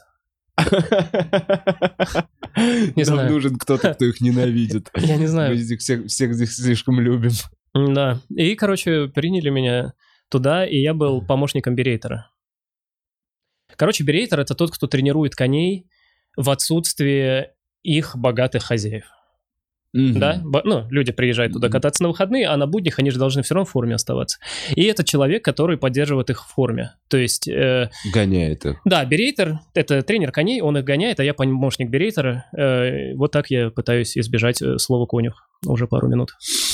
Не Нам знаю. нужен кто-то, кто их ненавидит. Я не знаю. Мы этих всех, всех здесь слишком любим. Да. И, короче, приняли меня туда, и я был помощником берейтера. Короче, берейтер — это тот, кто тренирует коней в отсутствие их богатых хозяев. Мгм. Да? Бо- Ну, люди приезжают туда Мгм. кататься на выходные, а на буднях они же должны все равно в форме оставаться. И это человек, который поддерживает их в форме. То есть, э, Гоняет их. да, берейтер — это тренер коней, он их гоняет, а я помощник берейтера. Э, вот так я пытаюсь избежать э, слова «конюх» уже пару минут.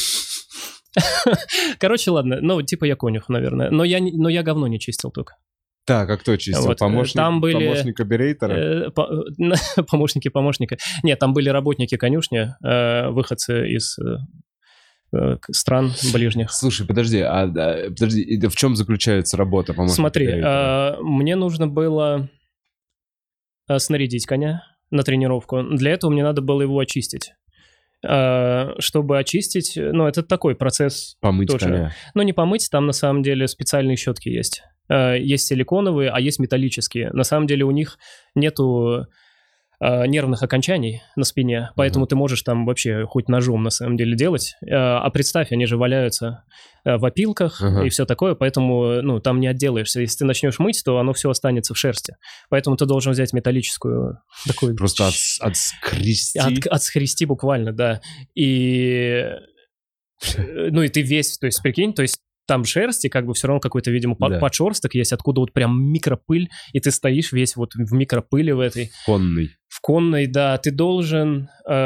Короче, ладно, ну, типа я конюх, наверное. Но я, не- но я говно не чистил только. Так, а кто чистил? Вот, э, Помощник, там были, помощник оператора? Э, по- э, Помощники помощника. Нет, там были работники конюшни, э, выходцы из э, э, к- стран ближних. Слушай, подожди, а, да, подожди, и да в чем заключается работа помощника Смотри, оператора? э, мне нужно было э, снарядить коня на тренировку. Для этого мне надо было его очистить. Э, Чтобы очистить, ну, это такой процесс. Помыть тоже. коня. Ну, не помыть, там на самом деле специальные щетки есть. Э, Есть силиконовые, а есть металлические. На самом деле у них нету э, нервных окончаний на спине, поэтому Ага. ты можешь там вообще хоть ножом на самом деле делать. Э, А представь, они же валяются э, в опилках Ага. и все такое, поэтому, ну, там не отделаешься. Если ты начнешь мыть, то оно все останется в шерсти. Поэтому ты должен взять металлическую такую... Просто от, отскрести. От, отскрести буквально, да. И... э, Ну, и ты весь, то есть, прикинь, то есть, там шерсти, как бы все равно какой-то, видимо, под- Да. подшерсток есть, откуда вот прям микропыль, и ты стоишь весь вот в микропыли в этой, Конный. в конной, да, ты должен,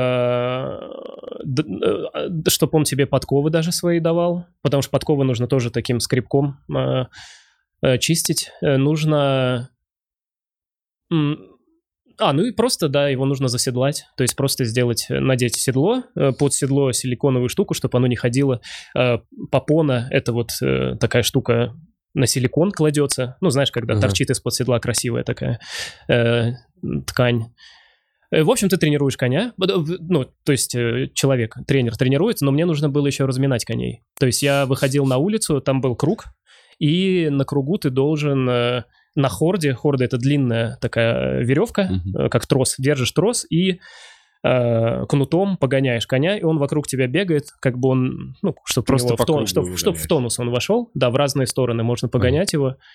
чтобы он тебе подковы даже свои давал, потому что подковы нужно тоже таким скребком э, э, чистить. Э, Нужно... м, А, ну и просто, да, его нужно заседлать, то есть просто сделать, э, надеть седло, э, под седло силиконовую штуку, чтобы оно не ходило. Э, Попона — это вот э, такая штука, на силикон кладется, ну, знаешь, когда Ага. торчит из-под седла красивая такая э, ткань. Э, В общем, ты тренируешь коня, Б- в- ну, то есть э, человек, тренер тренирует, но мне нужно было еще разминать коней. То есть я выходил на улицу, там был круг, и на кругу ты должен... э, На хорде, хорда — это длинная такая веревка, Мгм. э, как трос, держишь трос и э, кнутом погоняешь коня, и он вокруг тебя бегает, как бы он, ну, чтобы, Просто него по в, тон, кругу чтоб, его чтоб в гоняешь. тонус он вошел, да, в разные стороны можно погонять Ага. его.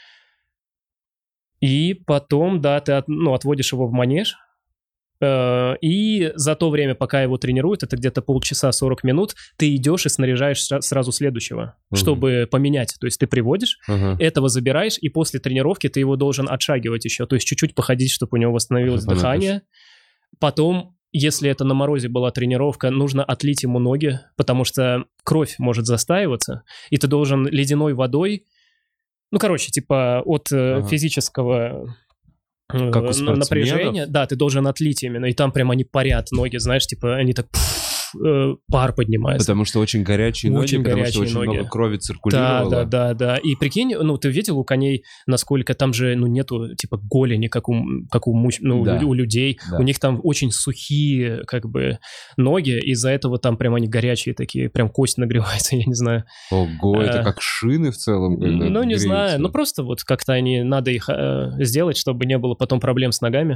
И потом, да, ты от- ну, отводишь его в манеж, э, и за то время, пока его тренируют, это где-то полчаса сорок минут, ты идешь и снаряжаешь сра- сразу следующего, Мгм. чтобы поменять. То есть ты приводишь, Ага. этого забираешь, и после тренировки ты его должен отшагивать еще, то есть чуть-чуть походить, чтобы у него восстановилось Понятно. дыхание. Потом, если это на морозе была тренировка, нужно отлить ему ноги, потому что кровь может застаиваться, и ты должен ледяной водой, ну, короче, типа от э, Ага. физического э, Как у на- спортсменов? напряжения, да, ты должен отлить именно, и там прям они парят ноги, знаешь, типа они так пф, э, пар поднимается. Потому что очень горячие ноги, Очень потому что горячие очень ноги. много крови Да, циркулировало. да, да, да. И прикинь, ну, ты видел у коней, насколько там же, ну, нету, типа, голени, как у, как у, муж- ну, Да. у людей. Да. У них там очень сухие, как бы, ноги, из-за этого там прям они горячие такие, прям кость нагревается, я не знаю. Ого, это Э, как шины в целом. когда Ну, не греются. знаю, ну, просто вот как-то они, надо их э, сделать, чтобы не было потом проблем с ногами.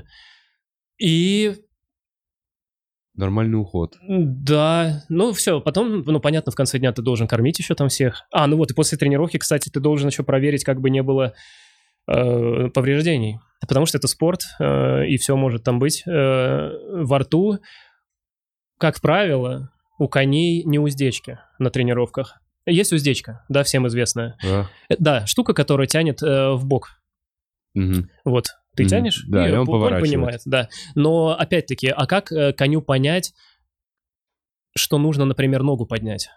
И Нормальный уход. да, ну все, потом, ну понятно, в конце дня ты должен кормить еще там всех. А, ну вот и после тренировки, кстати, ты должен еще проверить, как бы не было э, повреждений, потому что это спорт, э, и все может там быть. Э, во рту, как правило, у коней не уздечки на тренировках. Есть уздечка, да, всем известная. Да. Э, Да, штука, которая тянет э, в бок. Мгм. Вот, ты Мгм. тянешь, Да, и он конь поворачивает. понимает, да. Но опять-таки, а как э, коню понять, что нужно, например, ногу поднять?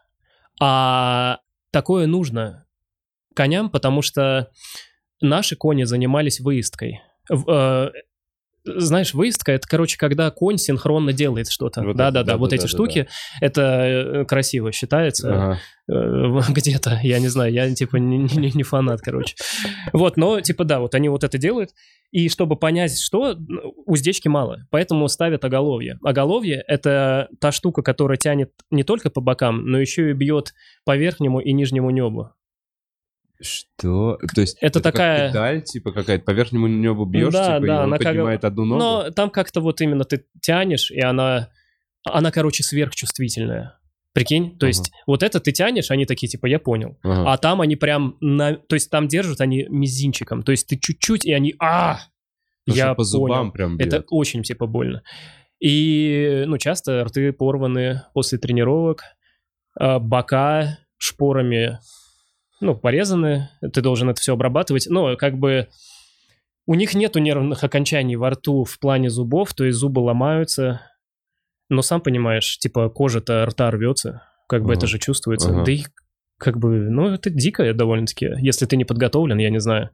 А такое нужно коням, потому что наши кони занимались выездкой. В- э, Знаешь, выездка — это, короче, когда конь синхронно делает что-то. Вот это, Да-да-да, вот эти да-да-да-да-да. штуки, это э, красиво считается. Ага. Э, где-то, я не знаю, я типа не, не- не фанат, короче. Вот, но типа да, вот они вот это делают, и чтобы понять, что, ну, уздечки мало, поэтому ставят оголовье. Оголовье — это та штука, которая тянет не только по бокам, но еще и бьет по верхнему и нижнему небу. Что? То есть Это как такая- педаль, типа какая-то, по верхнему небу бьешь, Да, типа, да, и он она как- поднимает одну ногу? Но там как-то вот именно ты тянешь, и она, она, короче, сверхчувствительная. Прикинь? То Ага. есть вот это ты тянешь, они такие, типа, я понял. Ага. А там они прям, на... то есть там держат они мизинчиком. То есть ты чуть-чуть, и они, а, Потому я что по зубам понял. прям бьет. Это очень, типа, больно. И, ну, часто рты порваны после тренировок, а, бока шпорами, ну, порезаны, ты должен это все обрабатывать. Но как бы у них нету нервных окончаний во рту в плане зубов, то есть зубы ломаются. Но сам понимаешь, типа кожа-то рта рвется, как бы Ага. это же чувствуется. Ага. Да и как бы, ну, это дико довольно-таки, если ты не подготовлен, я не знаю.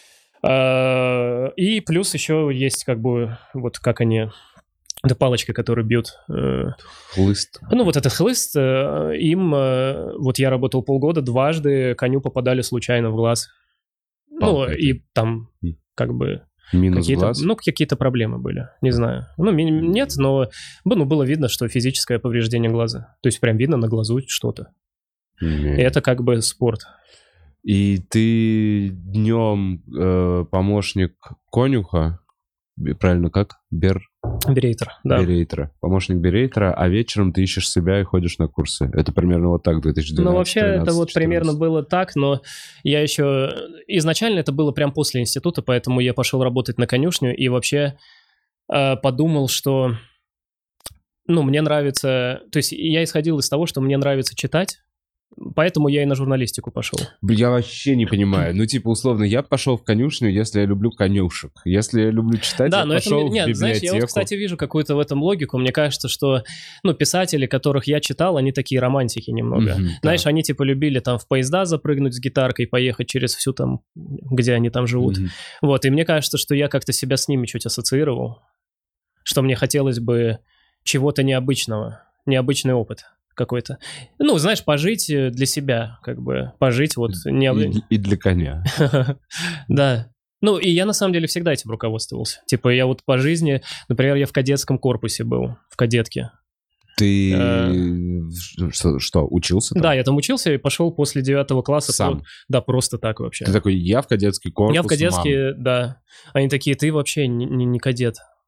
А, И плюс еще есть как бы, вот как они, эта палочка, которую бьют. э, Хлыст. Ну, вот этот хлыст, э, им, э, вот я работал полгода, дважды коню попадали случайно в глаз. Ну, Палка и там М. как бы Минус какие-то, глаз. ну, какие-то проблемы были, не знаю. Ну, ми- нет, но ну, ну, было видно, что физическое повреждение глаза. То есть прям видно на глазу что-то. М. И это как бы спорт. И ты днем э, помощник конюха, б- правильно как? Бер... Берейтер, да. Берейтера. Помощник берейтера, а вечером ты ищешь себя и ходишь на курсы. Это примерно вот так, две тысячи двенадцатый, Ну, вообще, это тринадцатый, вот примерно четырнадцатый. было так, но я еще... Изначально это было прям после института, поэтому я пошел работать на конюшню и вообще э, подумал, что... Ну, мне нравится... То есть я исходил из того, что мне нравится читать, поэтому я и на журналистику пошел. Бля, Я вообще не понимаю. Ну, типа, условно, я пошел в конюшню, если я люблю конюшек. Если я люблю читать, Да, я но это... пошел мне- в Нет, знаешь, библиотеку. я вот, кстати, вижу какую-то в этом логику. Мне кажется, что, ну, писатели, которых я читал, они такие романтики немного. Мгм, Знаешь, да. они, типа, любили там в поезда запрыгнуть с гитаркой, поехать через всю там, где они там живут. Мгм. Вот, и мне кажется, что я как-то себя с ними чуть ассоциировал, что мне хотелось бы чего-то необычного, необычный опыт какой-то. Ну, знаешь, пожить э, для себя, как бы, пожить вот... Не... И, и для коня. Да. Ну, и я на самом деле всегда этим руководствовался. Типа, я вот по жизни, например, я в кадетском корпусе был, в кадетке. Ты Э. что, что, учился там? Да, я там учился и пошел после девятого класса. Сам? по- Да, просто так вообще. Ты такой, я в кадетский корпус, Я в мам. кадетский, да. Они такие, ты вообще не, не- не кадет.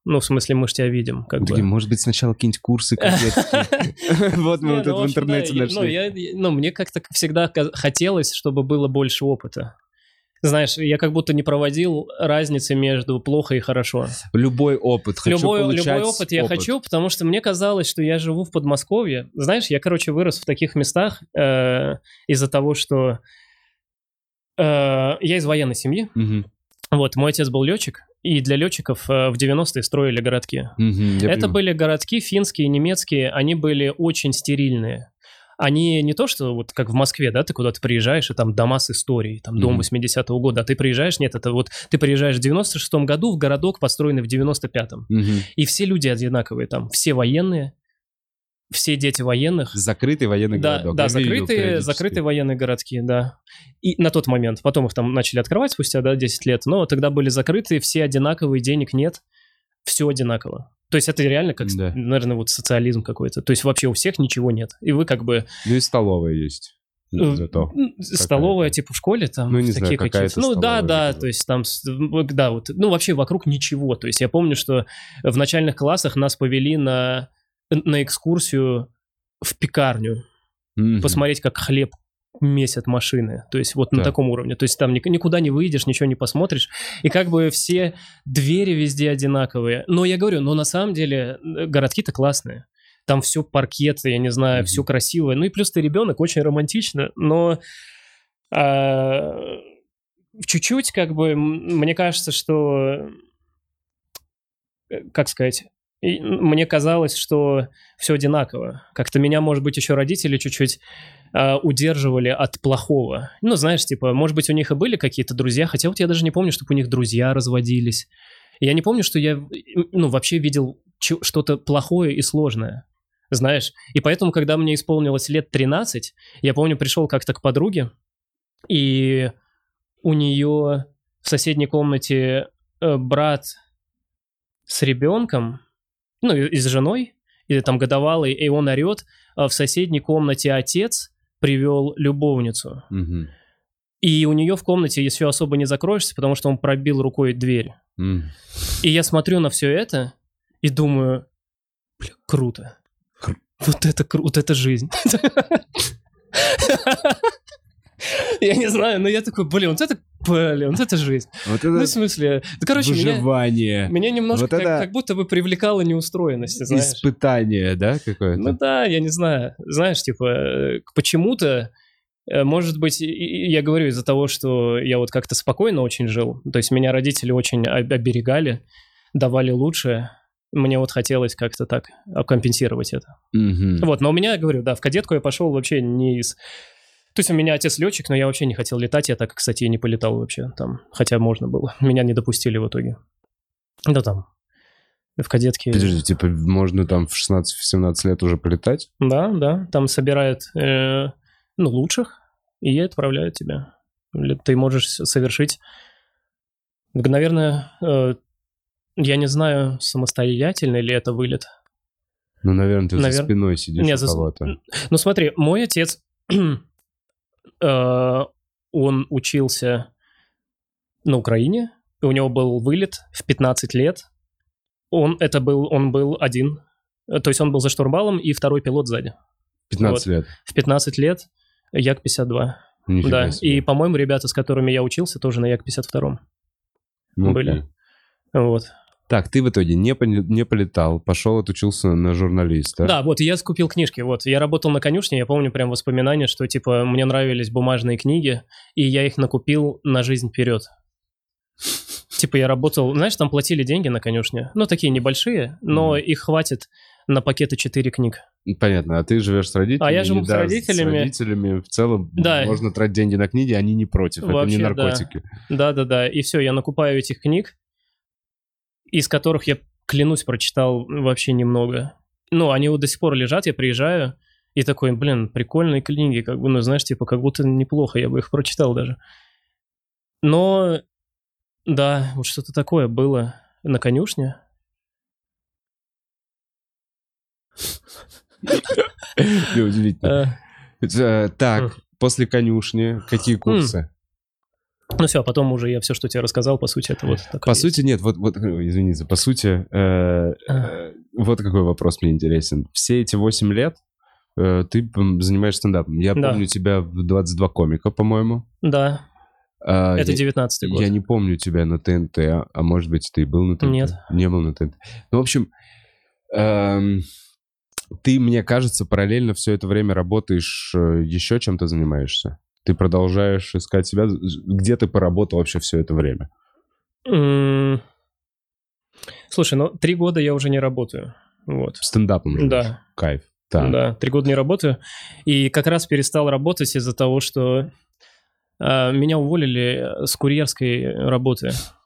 Ну, в смысле, мы ж тебя видим, как бы. Может быть, сначала какие-нибудь курсы какие-то. Вот мы тут в интернете нашли. Ну, мне как-то всегда хотелось, чтобы было больше опыта. Знаешь, я как будто не проводил разницы между плохо и хорошо. Любой опыт. Хочу любой, получать любой опыт я опыт. хочу, потому что мне казалось, что я живу в Подмосковье. Знаешь, я, короче, вырос в таких местах э, из-за того, что э, я из военной семьи. Угу. Вот, мой отец был летчик, и для летчиков э, в девяностые строили городки. Угу, Это понимаю. были городки финские, немецкие, они были очень стерильные. Они не то, что вот как в Москве, да, ты куда-то приезжаешь, и там дома с историей, там дом восьмидесятого года, а ты приезжаешь, нет, это вот ты приезжаешь в девяносто шестом году в городок, построенный в девяносто пятом, Угу. и все люди одинаковые там, все военные, все дети военных. Закрытый военный да, городок. Да, Я видел закрытые, периодически. закрытые военные городки, да. И на тот момент, потом их там начали открывать спустя, да, десять лет, но тогда были закрытые, все одинаковые, денег нет, все одинаково. То есть это реально как, Да. наверное, вот социализм какой-то. То есть вообще у всех ничего нет. И вы как бы... Ну и столовая есть. Зато. Столовая, Какая-то. типа в школе там, Ну, не знаю, такие какая-то какие-то. Ну да, столовая, да, видимо. то есть там, с- да, вот, ну вообще вокруг ничего. То есть я помню, что в начальных классах нас повели на, на экскурсию в пекарню, Мгм. посмотреть, как хлеб месят машины. То есть вот на Так. таком уровне. То есть там ник- никуда не выйдешь, ничего не посмотришь. И как бы все двери везде одинаковые. Но я говорю, но на самом деле э, городки-то классные. Там все паркет, я не знаю, Мгм. все красивое. Ну и плюс ты ребенок, очень романтично. Но а, чуть-чуть как бы м, мне кажется, что... э, Как сказать... и, м, Мне казалось, что все одинаково. Как-то меня, может быть, еще родители чуть-чуть а, удерживали от плохого. Ну, знаешь, типа, может быть, у них и были какие-то друзья, хотя вот я даже не помню, чтобы у них друзья разводились. Я не помню, что я, ну, вообще видел чё- что-то плохое и сложное, знаешь. И поэтому, когда мне исполнилось лет тринадцать, я помню, пришел как-то к подруге, и у нее в соседней комнате э, брат с ребенком, ну, и, и с женой, или там годовалый, и он орет, а в соседней комнате отец привел любовницу. Мгм. И у нее в комнате еще особо не закроешься, потому что он пробил рукой дверь. М. И я смотрю на все это и думаю, бля, круто. Кру- Вот это круто, вот это жизнь. Я не знаю, но я такой, блин, вот это, блин, вот это жизнь. Вот Ну, в это смысле, да, короче, меня, выживание. меня немножко Вот как, это как будто бы привлекала неустроенность, знаешь. Испытание, да, какое-то? Ну да, я не знаю. Знаешь, типа, э, почему-то, э, может быть, и- и я говорю из-за того, что я вот как-то спокойно очень жил, то есть меня родители очень об- оберегали, давали лучшее, мне вот хотелось как-то так а, компенсировать это. Мгм. Вот, но у меня, говорю, да, в кадетку я пошел вообще не из... То есть у меня отец летчик, но я вообще не хотел летать, я так, кстати, и не полетал вообще там, хотя можно было. Меня не допустили в итоге. Да там, в кадетке... Подожди, типа, можно там в шестнадцать-семнадцать лет уже полетать? Да, да, там собирают, э, ну, лучших и отправляют тебя. Или ты можешь с- совершить, наверное, э, я не знаю, самостоятельно ли это вылет. Ну, наверное, ты за Навер- спиной сидишь Не, у за- кого-то. Ну, смотри, мой отец, э, он учился на Украине, и у него был вылет в пятнадцать лет. Он, это был, он был один, Э, то есть он был за штурвалом и второй пилот сзади. пятнадцать лет. В пятнадцать лет Як пятьдесят два. Нифига Да, себе. и, по-моему, ребята, с которыми я учился, тоже на Як пятьдесят два. Ну, были. окей. Вот. Так, ты в итоге не, поле- не полетал, пошел отучился на журналиста. Да, вот, и я скупил книжки, вот. Я работал на конюшне, я помню прям воспоминания, что, типа, мне нравились бумажные книги, и я их накупил на жизнь вперед. Типа, я работал, знаешь, там платили деньги на конюшне, ну, такие небольшие, но Мгм. их хватит на пакеты четыре книг. Понятно, а ты живешь с родителями? А я живу и с да, родителями. С родителями в целом Да. можно тратить деньги на книги, они не против, это Вообще, не да. наркотики. Да-да-да, и все, я накупаю этих книг, из которых я, клянусь, прочитал вообще немного. Ну, они вот до сих пор лежат, я приезжаю, и такой, блин, прикольные книги, как бы, ну, знаешь, типа, как будто неплохо, я бы их прочитал даже. Но, да, вот что-то такое было на конюшне. Удивительно. Э, Э, Так, Хм. после конюшни какие курсы? Ну все, а потом уже я все, что тебе рассказал, по сути, это вот так. По сути, нет, вот, вот, извините, по сути, э, э, вот какой вопрос мне интересен. Все эти восемь лет э, ты м, занимаешься стендапом. Я Да. помню тебя в двадцать два комика, по-моему. Да, А, это я- девятнадцатый год. Я не помню тебя на ТНТ, а, а может быть, ты был на ТНТ? Нет. Не был на ТНТ. Ну, в общем, эм, ты, мне кажется, параллельно все это время работаешь, э, еще чем-то занимаешься. Ты продолжаешь искать себя. Где ты поработал вообще все это время? М, Слушай, ну три года я уже не работаю. Вот. Стендапом живешь? Да. Кайф. Так. Да, три года не работаю. И как раз перестал работать из-за того, что а, меня уволили с курьерской работы.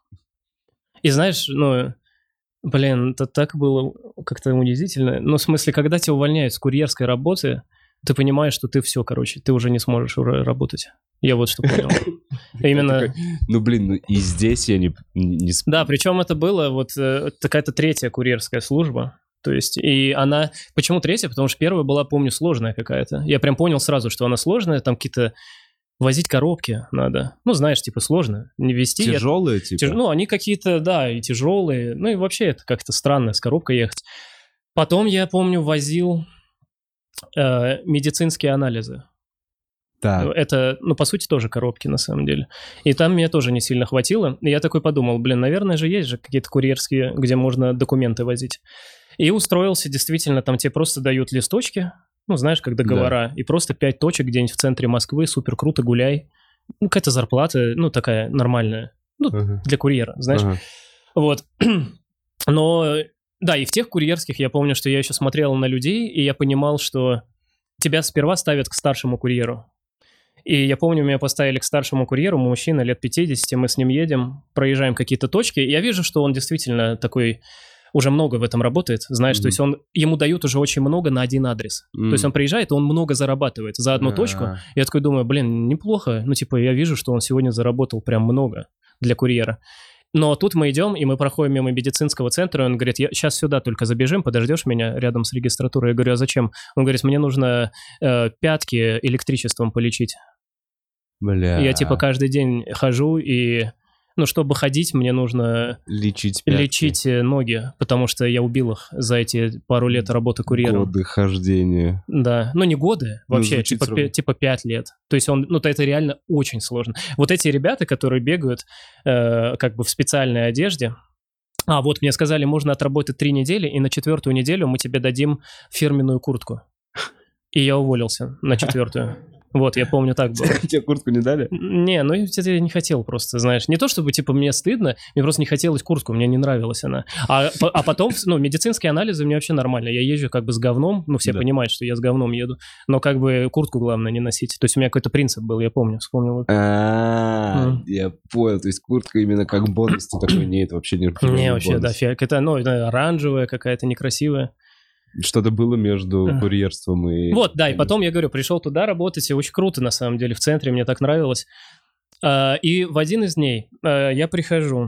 И знаешь, ну, блин, это так было как-то унизительно. Ну, в смысле, когда тебя увольняют с курьерской работы, ты понимаешь, что ты все, короче, ты уже не сможешь уже работать. Я вот что понял. Именно... Такой, ну, блин, ну и здесь я не... не сп- Да, причем это было вот э, какая-то третья курьерская служба. То есть, и она... Почему третья? Потому что первая была, помню, сложная какая-то. Я прям понял сразу, что она сложная, там какие-то... Возить коробки надо. Ну, знаешь, типа, сложно. Не везти. Я- Тяжелые, типа? Тяж- Ну, они какие-то, да, и тяжелые. Ну, и вообще это как-то странно с коробкой ехать. Потом, я помню, возил э, медицинские анализы. Так. Это, ну, по сути, тоже коробки, на самом деле. И там меня тоже не сильно хватило. И я такой подумал, блин, наверное же есть же какие-то курьерские, где можно документы возить. И устроился, действительно, там тебе просто дают листочки, ну, знаешь, как договора, и просто пять точек где-нибудь в центре Москвы, супер круто, гуляй. Ну, какая-то зарплата, ну, такая нормальная. Ну, Ага. для курьера, знаешь. Ага. Вот. Но, да, и в тех курьерских я помню, что я еще смотрел на людей, и я понимал, что тебя сперва ставят к старшему курьеру. И я помню, меня поставили к старшему курьеру, мужчина лет пятьдесят, мы с ним едем, проезжаем какие-то точки. Я вижу, что он действительно такой, уже много в этом работает, знаешь, Мгм. то есть он, ему дают уже очень много на один адрес. М. То есть он приезжает, и он много зарабатывает за одну А. точку. Я такой думаю, блин, неплохо. Ну, типа, я вижу, что он сегодня заработал прям много для курьера. Но тут мы идем, и мы проходим мимо медицинского центра, и он говорит, я сейчас сюда только забежим, подождешь меня рядом с регистратурой? Я говорю, а зачем? Он говорит, мне нужно э, пятки электричеством полечить. Бля. Я типа каждый день хожу, и, ну, чтобы ходить, мне нужно Лечить пятки. лечить э, ноги, потому что я убил их за эти пару лет работы курьером. Годы хождения. Да, ну не годы, Ну, вообще, звучит типа, сложно. пе- типа пять лет. То есть он, ну, то это реально очень сложно. Вот эти ребята, которые бегают э, как бы в специальной одежде, а вот мне сказали, можно отработать три недели, и на четвертую неделю мы тебе дадим фирменную куртку. И я уволился на четвертую. Вот, я помню, так было. Тебе куртку не дали? Не, ну я я не хотел просто, знаешь. Не то чтобы, типа, мне стыдно, мне просто не хотелось куртку, мне не нравилась она. А, по- а потом, ну, медицинские анализы мне вообще нормально. Я езжу как бы с говном, ну, все Да. понимают, что я с говном еду, но как бы куртку главное не носить. То есть у меня какой-то принцип был, я помню, вспомнил. Вот. А, Мгм. я понял. То есть куртка именно как бонус, ты такой, нет, вообще не Не, вообще, да, бонус. фиг. Это, ну, это оранжевая какая-то, некрасивая. Что-то было между Эх. курьерством и... Вот, да, и потом я говорю, пришел туда работать, и очень круто, на самом деле, в центре, мне так нравилось. А, И в один из дней а, я прихожу,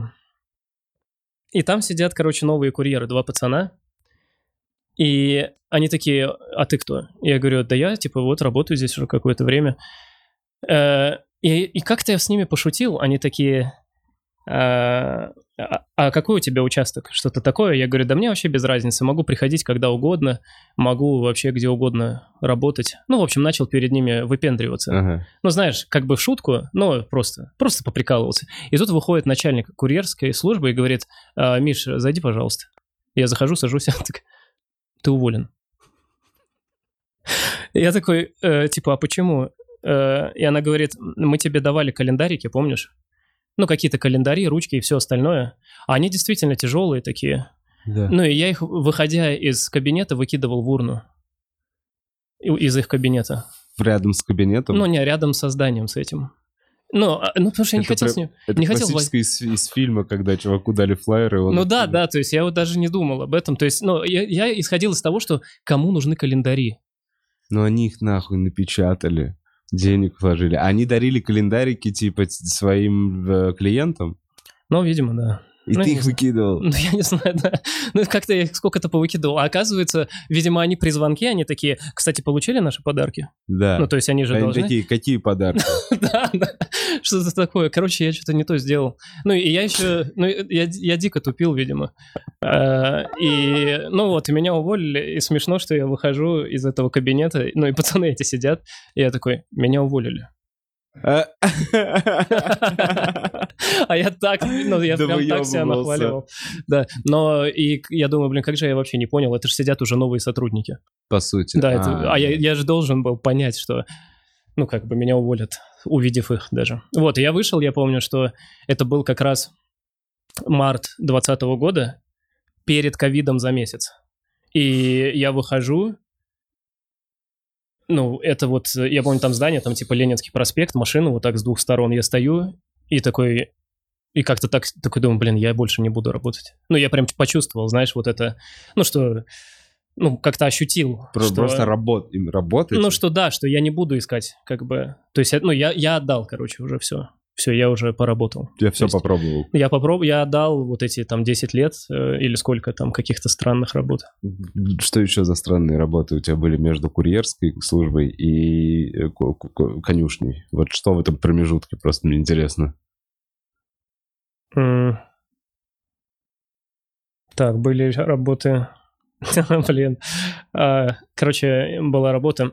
и там сидят, короче, новые курьеры, два пацана, и они такие, а ты кто? Я говорю, да я, типа, вот работаю здесь уже какое-то время. Э, И, и как-то я с ними пошутил, они такие, а, а а какой у тебя участок? Что-то такое? Я говорю, да мне вообще без разницы, могу приходить когда угодно, могу вообще где угодно работать. Ну, в общем, начал перед ними выпендриваться. Ага. Ну, знаешь, как бы в шутку, но просто, просто поприкалывался. И тут выходит начальник курьерской службы и говорит, «А, Миш, зайди, пожалуйста. Я захожу, сажусь, он такой, ты уволен. Я такой, «Э, типа, а почему? Э, И она говорит, мы тебе давали календарики, помнишь? Ну, какие-то календари, ручки и все остальное. А они действительно тяжелые такие. Да. Ну, и я их, выходя из кабинета, выкидывал в урну. И- Из их кабинета. Рядом с кабинетом. Ну, не, рядом со зданием с этим. Ну, а- ну потому что я не Это хотел прям- с ним... Это не хотел классическое из, из фильма, когда чуваку дали флаер, и он... Ну да, да, то есть я вот даже не думал об этом. То есть, ну, я, я исходил из того, что кому нужны календари. Но они их нахуй напечатали, денег вложили. Они дарили календарики, типа, т- своим э, клиентам? Ну, видимо, да. И Ну, ты я их не выкидывал. Ну, я не знаю, да. Ну, как-то я их сколько-то повыкидывал. А оказывается, видимо, они при звонке, они такие, кстати, получили наши подарки? Да. Ну, то есть они же Они должны... такие, какие подарки? Да, да. Что-то такое. Короче, я что-то не то сделал. Ну, и я еще... Ну, я, я дико тупил, видимо. А, и, ну, вот, и меня уволили. И смешно, что я выхожу из этого кабинета, ну, и пацаны эти сидят. И я такой, меня уволили. А я так, ну, я Да прям так себя выебывался. нахваливал. Да, но и я думаю, блин, как же я вообще не понял, это же сидят уже новые сотрудники. По сути. Да, это, а я, я же должен был понять, что, ну, как бы меня уволят, увидев их даже. Вот, и я вышел, я помню, что это был как раз март двадцатого года, перед ковидом за месяц. И я выхожу, ну, это вот, я помню, там здание, там типа Ленинский проспект, машина вот так с двух сторон, я стою и такой, и как-то так, такой думаю, блин, я больше не буду работать. Ну, я прям почувствовал, знаешь, вот это, ну, что, ну, как-то ощутил. Просто, что, просто работ, им работать. Ну, что да, что я не буду искать, как бы, то есть, ну, я, я отдал, короче, уже все. Все, я уже поработал. Я все есть, попробовал. Я попробовал, я отдал вот эти там десять лет э, или сколько там каких-то странных работ. Что еще за странные работы у тебя были между курьерской службой и э, ко- ко- конюшней? Вот что в этом промежутке, просто мне интересно. М. Так, были работы... Блин. А, Короче, была работа...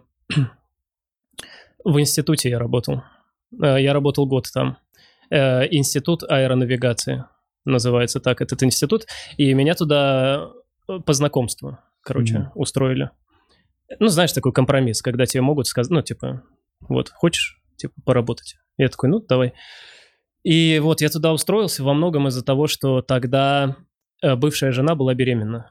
В институте я работал. А, Я работал год там. Э, Институт аэронавигации называется так этот институт. И меня туда по знакомству, короче, Мгм. устроили. Ну, знаешь, такой компромисс, когда тебе могут сказать, ну, типа, вот, хочешь, типа, поработать? Я такой, ну, давай. И вот я туда устроился во многом из-за того, что тогда э, бывшая жена была беременна.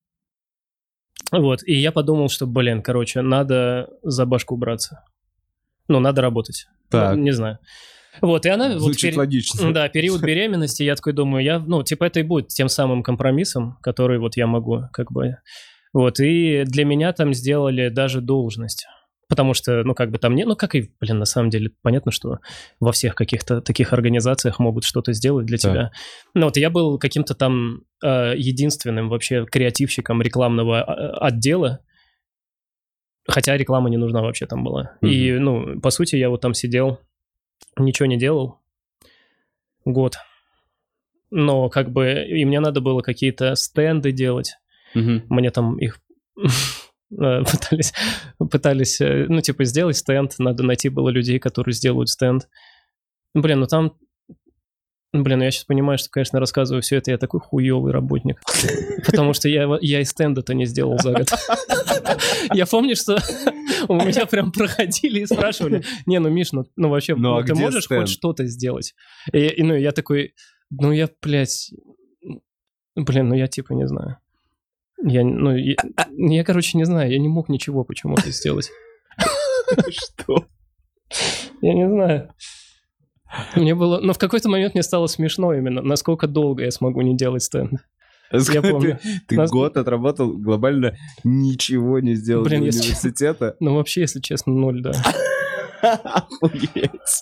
Вот, и я подумал, что, блин, короче, надо за башку браться. Ну, надо работать. Так. Ну, не знаю. Вот, и она... вот Звучит пери- логично. Да, период беременности, я такой думаю, я, ну, типа, это и будет тем самым компромиссом, который вот я могу, как бы... Вот, и для меня там сделали даже должность. Потому что, ну, как бы там не... Ну, как и, блин, на самом деле, понятно, что во всех каких-то таких организациях могут что-то сделать для Да. тебя. Ну, вот я был каким-то там э, единственным вообще креативщиком рекламного э, отдела, хотя реклама не нужна вообще там была. Мгм. И, ну, по сути, я вот там сидел, ничего не делал год. Но как бы и мне надо было какие-то стенды делать. Мгм. Мне там их э, пытались, пытались, э, ну, типа, сделать стенд. Надо найти было людей, которые сделают стенд. Блин, ну там... Блин, ну я сейчас понимаю, что, конечно, рассказываю все это, я такой хуёвый работник. Потому что я, его- я и стенда-то не сделал за год. Я помню, что у меня прям проходили и спрашивали, не, ну, Миш, ну, ну вообще, Ну, а ну, ты где можешь стенд? хоть что-то сделать? И, и, ну, я такой, ну, я, блядь, блин, ну, я типа не знаю. Я, ну, я, я, короче, не знаю, я не мог ничего почему-то сделать. Что? Я не знаю. Мне было... Но в какой-то момент мне стало смешно именно, насколько долго я смогу не делать стенд. Я помню. Ты, ты Нас- год отработал, глобально ничего не сделал Блин, для если- университета. Ну, вообще, если честно, ноль, да. Охуеть.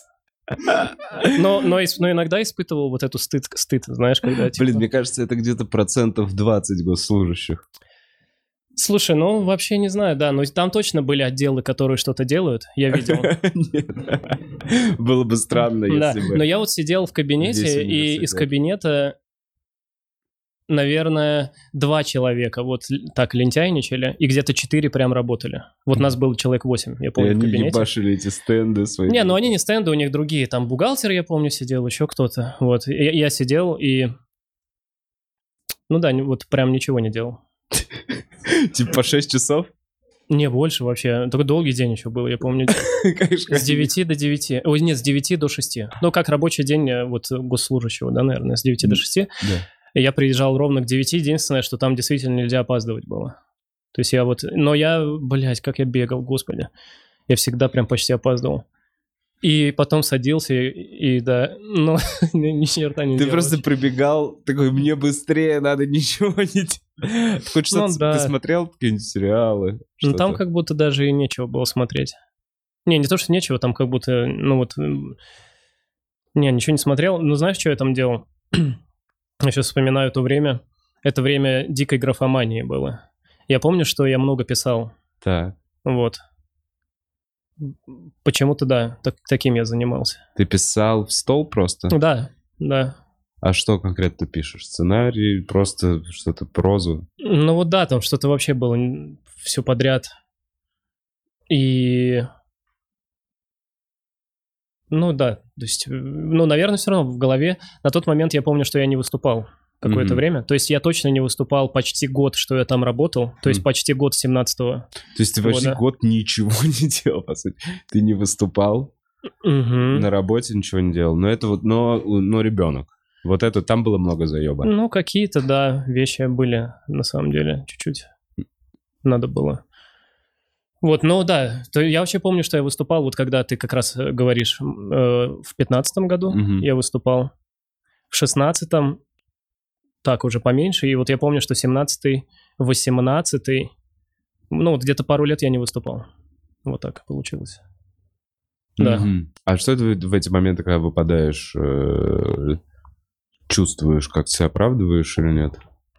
Но, но, ис- но иногда испытывал вот эту стыд, стыд, знаешь, когда типа... Блин, мне кажется, это где-то процентов двадцать госслужащих. Слушай, ну, вообще не знаю, да, но там точно были отделы, которые что-то делают, я видел. Нет. Было бы странно, Да, если бы... но я вот сидел в Весь кабинете, и из университет. кабинета, наверное, два человека вот л- так лентяйничали, и где-то четыре прям работали. Вот нас было человек восемь, я И помню, в они кабинете. ебашили эти стенды свои. Не, ну они не стенды, у них другие. Там бухгалтер, я помню, сидел, еще кто-то. Вот, я, я сидел и... Ну да, не- вот прям ничего не делал. Типа по шесть часов? Не, больше вообще. Только долгий день еще был, я помню. Конечно. С девяти до девяти. Ой, нет, с девяти до шести. Ну, как рабочий день э, вот госслужащего, да, наверное, с девяти до шести. Да. И я приезжал ровно к девяти. Единственное, что там действительно нельзя опаздывать было. То есть я вот... Но я, блядь, как я бегал, господи. Я всегда прям почти опаздывал. И потом садился, и, и да, ну, ни ни черта не Ты делал. просто прибегал, такой, мне быстрее, надо ничего не делать. Хоть Ну, что-то да. ты смотрел, какие-нибудь сериалы? Ну, там что-то? как будто даже и нечего было смотреть. Не, не то, что нечего, там как будто, ну вот... м, Не, ничего не смотрел. Ну, знаешь, что я там делал? Я сейчас вспоминаю то время. Это время дикой графомании было. Я помню, что я много писал. Так. Вот. Почему-то, да, так, таким я занимался. Ты писал в стол просто? Да, да. А что конкретно ты пишешь? Сценарий, просто что-то, прозу? Ну вот да, там что-то вообще было все подряд. И... Ну да, то есть, ну, наверное, все равно в голове. На тот момент я помню, что я не выступал какое-то mm-hmm. время. То есть я точно не выступал почти год, что я там работал. То есть mm-hmm. почти год с семнадцатого. То есть ты почти года. Год ничего не делал, по сути. Ты не выступал, mm-hmm. на работе ничего не делал. Но это вот, но, но ребенок. Вот это, там было много заеба. Ну, какие-то, да, вещи были, на самом деле, чуть-чуть. Надо было. Вот, ну да, то я вообще помню, что я выступал, вот когда ты как раз говоришь, э, в пятнадцатом году mm-hmm. я выступал, в шестнадцатом так уже поменьше, и вот я помню, что семнадцатый, восемнадцатый, ну вот где-то пару лет я не выступал. Вот так получилось. Да. Mm-hmm. А что ты в эти моменты, когда выпадаешь, э, чувствуешь, как себя оправдываешь или нет?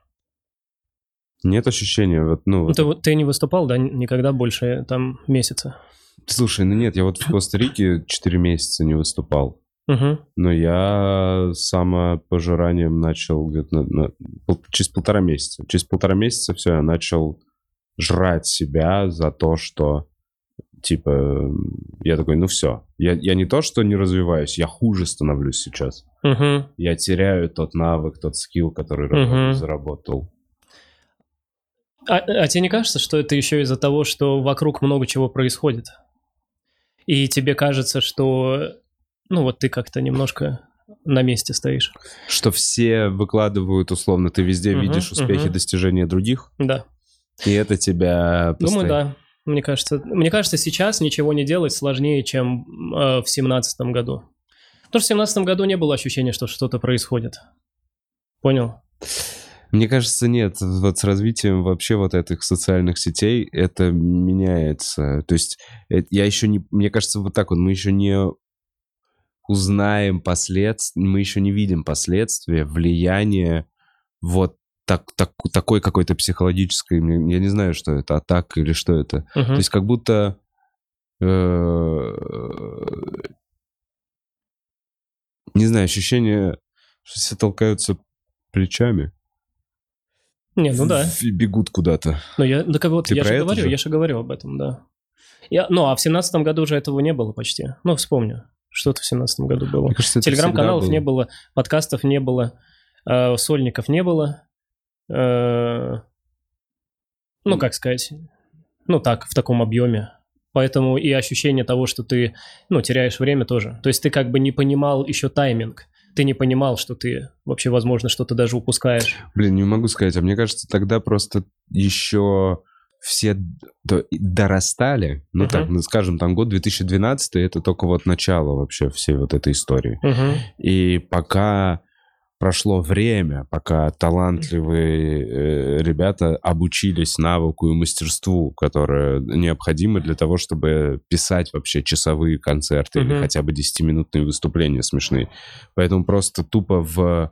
Нет ощущения, вот, ну... ну ты, ты не выступал, да, никогда больше там месяца? Слушай, ну нет, я вот в Коста-Рике четыре месяца не выступал. Угу. Но я самопожиранием начал где-то на, на, через полтора месяца. Через полтора месяца все, я начал жрать себя за то, что, типа, я такой, ну все. Я, я не то, что не развиваюсь, я хуже становлюсь сейчас. Угу. Я теряю тот навык, тот скилл, который угу. заработал. А, а тебе не кажется, что это еще из-за того, что вокруг много чего происходит? И тебе кажется, что, ну, вот ты как-то немножко на месте стоишь. Что все выкладывают, условно, ты везде uh-huh, видишь успехи, uh-huh. достижения других? Да. И это тебя постоянно... Думаю, да. Мне кажется, мне кажется, сейчас ничего не делать сложнее, чем э, в семнадцатом году. Потому что в семнадцатом году не было ощущения, что что-то происходит. Понял? Мне кажется, нет. Вот с развитием вообще вот этих социальных сетей это меняется. То есть я еще не... Мне кажется, вот так вот, мы еще не узнаем последствия, мы еще не видим последствия влияния вот так, так, такой какой-то психологической... Я не знаю, что это, атака или что это. Uh-huh. То есть как будто... Э- не знаю, ощущение, что все толкаются плечами. Не, ну да. И бегут куда-то. Ну, я, так вот, я же говорю, же? я же говорю об этом, да. Я, ну, а в семнадцатом году уже этого не было почти. Ну, вспомню, что-то в семнадцатом году было. Кажется, телеграм-каналов было. не было, подкастов не было, э, сольников не было. Э, ну, как сказать, ну, так, в таком объеме. Поэтому и ощущение того, что ты, ну, теряешь время тоже. То есть ты как бы не понимал еще тайминг. Ты не понимал, что ты вообще, возможно, что-то даже упускаешь. Блин, не могу сказать. А мне кажется, тогда просто еще все дорастали. Ну, uh-huh. так, ну, скажем, там год две тысячи двенадцатый, это только вот начало вообще всей вот этой истории. Uh-huh. И пока прошло время, пока талантливые э, ребята обучились навыку и мастерству, которое необходимо для того, чтобы писать вообще часовые концерты uh-huh. или хотя бы десятиминутные выступления смешные. Поэтому просто тупо в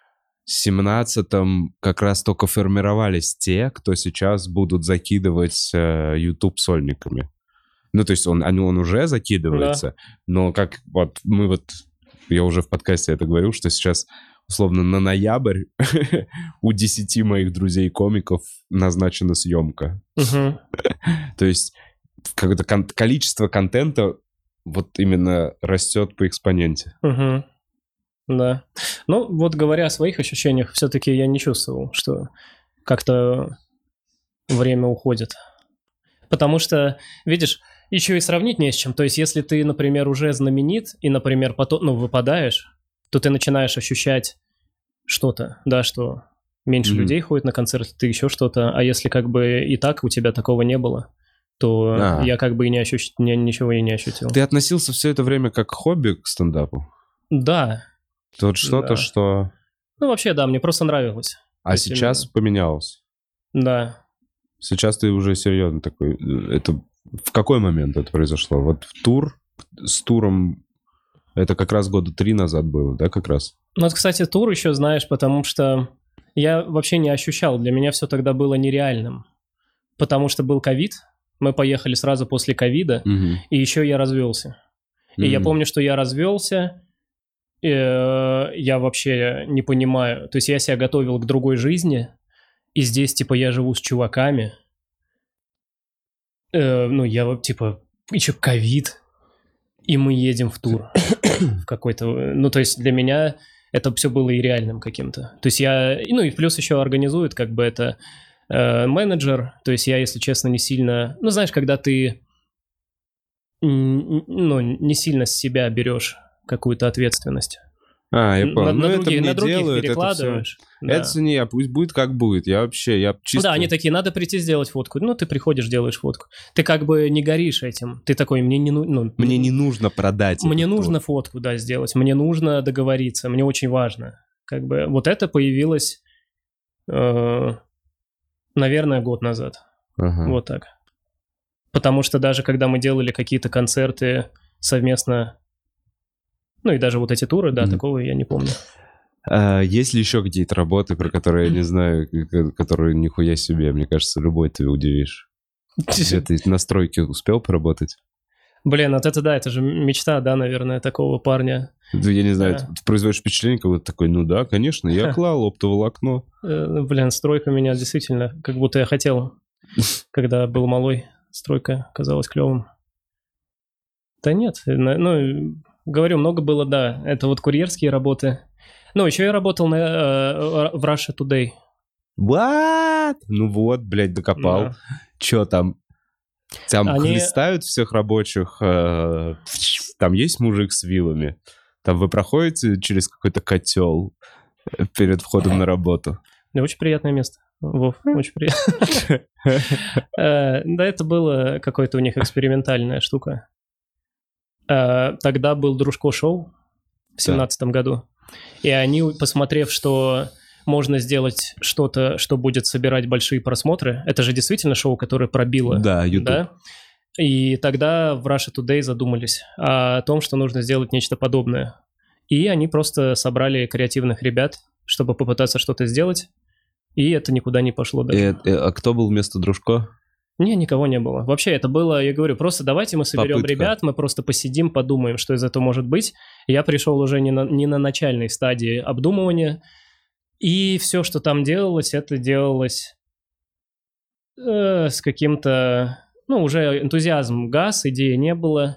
семнадцатом как раз только формировались те, кто сейчас будут закидывать э, YouTube сольниками. Ну, то есть он, он уже закидывается, да. но как вот мы вот, я уже в подкасте это говорил, что сейчас условно на ноябрь у десяти моих друзей-комиков назначена съемка. Uh-huh. То есть какое-то кон- количество контента вот именно растет по экспоненте. Uh-huh. Да. Ну, вот говоря о своих ощущениях, все-таки я не чувствовал, что как-то время уходит. Потому что, видишь, еще и сравнить не с чем. То есть если ты, например, уже знаменит и, например, потом, ну, выпадаешь, то ты начинаешь ощущать что-то, да, что меньше mm-hmm. людей ходит на концерты, ты еще что-то, а если как бы и так у тебя такого не было, то а. я как бы и не ощущ... не, ничего и не ощутил. Ты относился все это время как к хобби к стендапу? Да. Тут что-то, да. что... Ну, вообще, да, мне просто нравилось. А сейчас именно... поменялось? Да. Сейчас ты уже серьезно такой... Это... В какой момент это произошло? Вот в тур, с туром... Это как раз года три назад было, да, как раз? Ну, вот, кстати, тур еще, знаешь, потому что я вообще не ощущал, для меня все тогда было нереальным. Потому что был ковид, мы поехали сразу после ковида, Мгм. и еще я развелся. И я Мгм. помню, что я развелся, э, я вообще не понимаю. То есть я себя готовил к другой жизни, и здесь, типа, я живу с чуваками. Э, ну, я вот, типа, еще ковид, и мы едем в тур в какой-то... Ну, то есть для меня это все было и реальным каким-то. То есть я... Ну, и плюс еще организует как бы это э, менеджер. То есть я, если честно, не сильно... Ну, знаешь, когда ты м, ну, не сильно с себя берешь какую-то ответственность. А, я На, понял. на Ну, это других, мне на других делают, это все. перекладываешь. Да. Это все не я, пусть будет как будет. Я вообще, я Ну чисто... да, они такие, надо прийти сделать фотку. Ну, ты приходишь, делаешь фотку. Ты как бы не горишь этим. Ты такой, мне не ну, ну, Мне не нужно продать. Мне этот нужно тур. фотку, да, сделать. Мне нужно договориться. Мне очень важно. Как бы вот это появилось, э, наверное, год назад. Ага. Вот так. Потому что даже когда мы делали какие-то концерты совместно, ну и даже вот эти туры, да, Мгм. такого я не помню. А, есть ли еще какие-то работы, про которые я не знаю, к- которые нихуя себе, мне кажется, любой ты удивишь. Где ты на стройке успел поработать? Блин, вот это да, это же мечта, да, наверное, такого парня. Ну, я не знаю, Да. ты производишь впечатление, как будто такой, ну да, конечно, я Ха. клал оптоволокно. Э, Блин, стройка меня действительно, как будто я хотел, когда был малой, стройка казалась клевым. Да нет, на- ну, говорю, много было, да, это вот курьерские работы. Ну, еще я работал на, э, в Russia Today. What? Ну вот, блядь, докопал. Да. Че там? Там Они- хлестают всех рабочих, э, там есть мужик с вилами? Там вы проходите через какой-то котел э, перед входом на работу? Да, очень приятное место. Вов, очень приятно. Э, Да, это было какое-то у них экспериментальная штука. Э, Тогда был Дружко-шоу в семнадцатом году. И они, посмотрев, что можно сделать что-то, что будет собирать большие просмотры, это же действительно шоу, которое пробило. Да, YouTube. Да? И тогда в Russia Today задумались о том, что нужно сделать нечто подобное. И они просто собрали креативных ребят, чтобы попытаться что-то сделать, и это никуда не пошло даже. Э, э, а кто был вместо Дружко? Не, никого не было. Вообще это было, я говорю, просто давайте мы соберем Попытка. ребят, мы просто посидим, подумаем, что из этого может быть. Я пришел уже не на, не на начальной стадии обдумывания, и все, что там делалось, это делалось э, с каким-то... Ну, уже энтузиазм гас, идеи не было.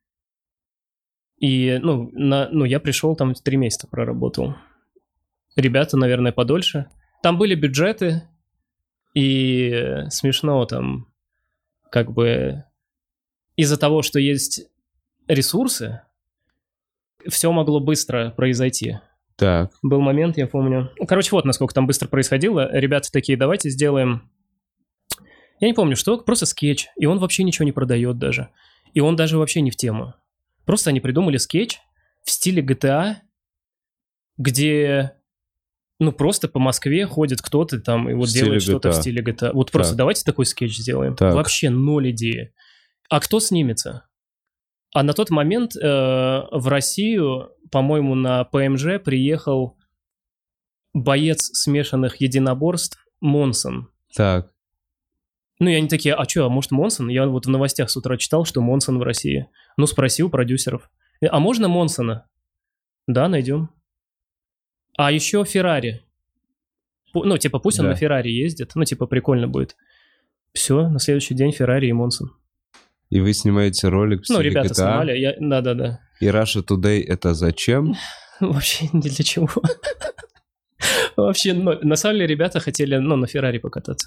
И, ну, на, ну, я пришел, там три месяца проработал. Ребята, наверное, подольше. Там были бюджеты, и смешно там, как бы, из-за того, что есть ресурсы, все могло быстро произойти. Так. Был момент, я помню... Ну, короче, вот насколько там быстро происходило. Ребята такие, давайте сделаем... Я не помню, что, просто скетч. И он вообще ничего не продает даже. И он даже вообще не в тему. Просто они придумали скетч в стиле джи ти эй, где... Ну, просто по Москве ходит кто-то там и вот В стиле делает что-то в джи ти эй. стиле джи ти эй. Вот просто Так. давайте такой скетч сделаем. Так. Вообще ноль идеи. А кто снимется? А на тот момент э, в Россию, по-моему, на пэ эм жэ приехал боец смешанных единоборств Монсон. Так. Ну, и они такие, а что, а может Монсон? Я вот в новостях с утра читал, что Монсон в России. Ну, спросил продюсеров. А можно Монсона? Да, найдем. А еще Феррари. Пу- Ну, типа, пусть он Да. на Феррари ездит. Ну, типа, прикольно будет. Все, на следующий день Феррари и Монсон. И вы снимаете ролик в Ну, стиле ребята джи ти эй. снимали. Я... Да-да-да. И Russia Today это зачем? Вообще ни для чего. Вообще, ну, на самом деле, ребята хотели, ну, на Феррари покататься.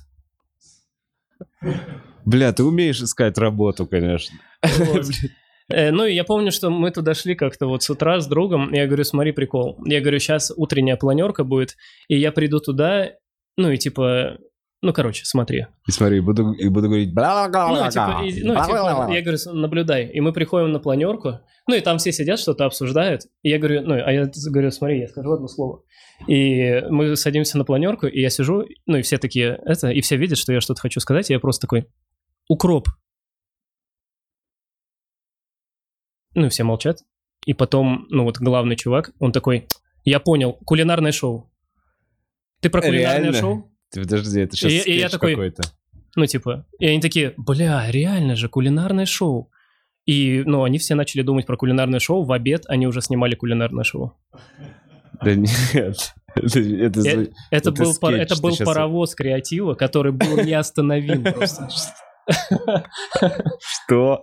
Бля, ты умеешь искать работу, конечно. Вот. Э, Ну, и я помню, что мы туда шли как-то вот с утра с другом. Я говорю, смотри, прикол. Я говорю, сейчас утренняя планерка будет, и я приду туда, ну, и типа... Ну, короче, смотри. И смотри, буду, и буду говорить... Ну, типа, и- ну, типа, я говорю, наблюдай. И мы приходим на планерку, ну, и там все сидят, что-то обсуждают. И я говорю, ну, а я говорю, смотри, я скажу одно слово. И мы садимся на планерку, и я сижу, ну, и все такие, это, и все видят, что я что-то хочу сказать, и я просто такой, укроп. Ну, и все молчат. И потом, ну, вот главный чувак, он такой, Я понял, кулинарное шоу. Ты про кулинарное Реально? шоу? Ты подожди, это сейчас И- и скетч я такой- какой-то. Ну, типа, и они такие, бля, реально же, кулинарное шоу. И, ну, они все начали думать про кулинарное шоу, в обед они уже снимали кулинарное шоу. Да нет. Это, это, Э- зв- Это Это был, пар- скетч, это ты был щас- паровоз креатива, который был неостановим просто. Что?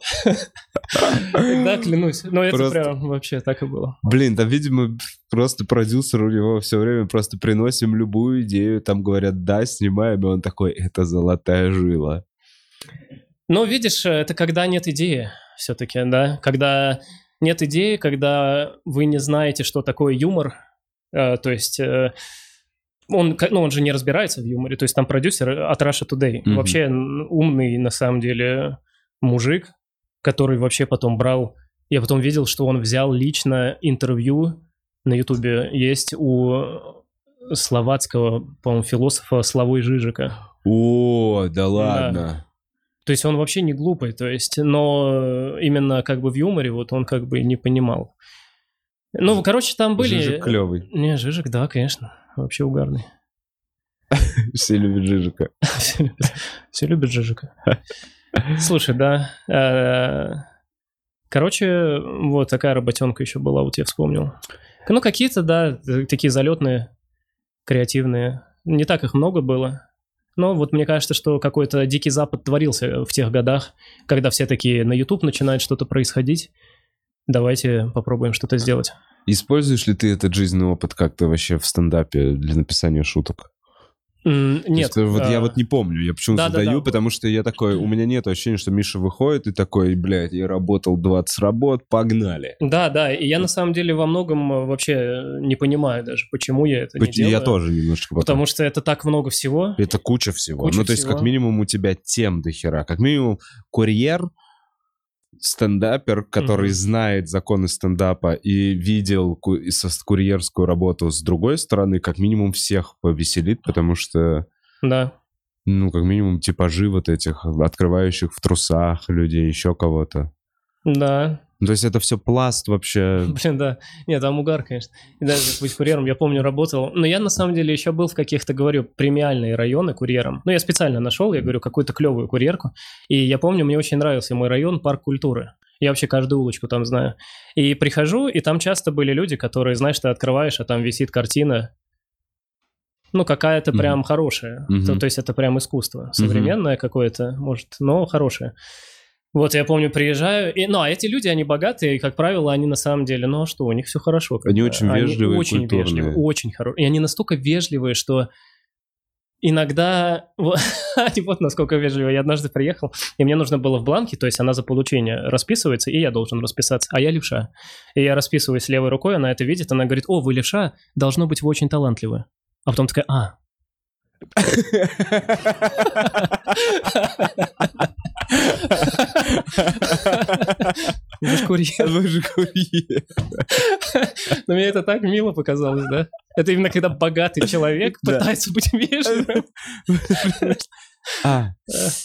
Да, клянусь. Но это Просто- прям вообще так и было. Блин, там, видимо, просто продюсер у него все время просто приносим любую идею, там говорят, да, снимаем, и он такой, это золотая жила. Но видишь, это когда нет идеи все-таки, да? Когда нет идеи, когда вы не знаете, что такое юмор, э, то есть... э, Он, ка- ну, он же не разбирается в юморе, то есть там продюсер от Russia Today. Мгм. Вообще н- умный, на самом деле, мужик, который вообще потом брал... Я потом видел, что он взял лично интервью на Ютубе. Есть у словацкого, по-моему, философа Славой Жижика. О, да ладно. То есть он вообще не глупый, то есть, но именно как бы в юморе вот он как бы не понимал. Ну, короче, там были... Жижик клевый. Не, Жижик, да, конечно, вообще угарный. Все любят Жижика. Все любят, все любят Жижика. Слушай, да. э, Короче, вот такая работенка еще была, вот я вспомнил. Ну, какие-то, да, т- такие залетные, креативные. Не так их много было. Но вот мне кажется, что какой-то дикий запад творился в тех годах, когда все такие на YouTube начинает что-то происходить. Давайте попробуем что-то сделать. Используешь ли ты этот жизненный опыт как-то вообще в стендапе для написания шуток? М, То Нет. есть, вот а, я вот не помню, я почему-то да-да-да. задаю, потому что я такой, у меня нет ощущения, что Миша выходит и такой, блядь, я работал двадцать работ, погнали. Да, да, и я на самом деле во многом э, вообще не понимаю даже, почему я это не Поч- делаю. Я тоже немножко потом. Потому что это так много всего. Это куча всего. Куча ну, то есть, всего. как минимум, у тебя тем до хера. Как минимум, курьер, стендапер, который Мгм. знает законы стендапа и видел ку- и со- курьерскую работу с другой стороны, как минимум всех повеселит, потому что, Да. ну, как минимум, типажи вот этих открывающих в трусах людей, еще кого-то. Да. Ну, то есть это все пласт вообще. Блин, да. Нет, там угар, конечно. И даже быть курьером, я помню, работал. Но я на самом деле еще был в каких-то, говорю, премиальные районы курьером. Ну, я специально нашел, я говорю, какую-то клевую курьерку. И я помню, мне очень нравился мой район, парк культуры. Я вообще каждую улочку там знаю. И прихожу, и там часто были люди, которые, знаешь, ты открываешь, а там висит картина. Ну, какая-то Мгм. прям хорошая. Мгм. То, то есть это прям искусство. Современное какое-то, может, но хорошее. Вот я помню, приезжаю, и, ну, а эти люди, они богатые, и, как правило, они на самом деле, ну, а что, у них все хорошо. как Они бы. очень вежливые, очень культурные. вежливые, очень хорошие. И они настолько вежливые, что иногда... вот- Они вот насколько вежливые. Я однажды приехал, и мне нужно было в бланке, то есть она за получение расписывается, и я должен расписаться, а я левша. И я расписываюсь левой рукой, она это видит, она говорит, о, вы левша, должно быть, вы очень талантливы. А потом такая, а, вы ж курьер. Вы же курьер. Но мне это так мило показалось, да? Это именно когда богатый человек Да. пытается быть вежливым. А.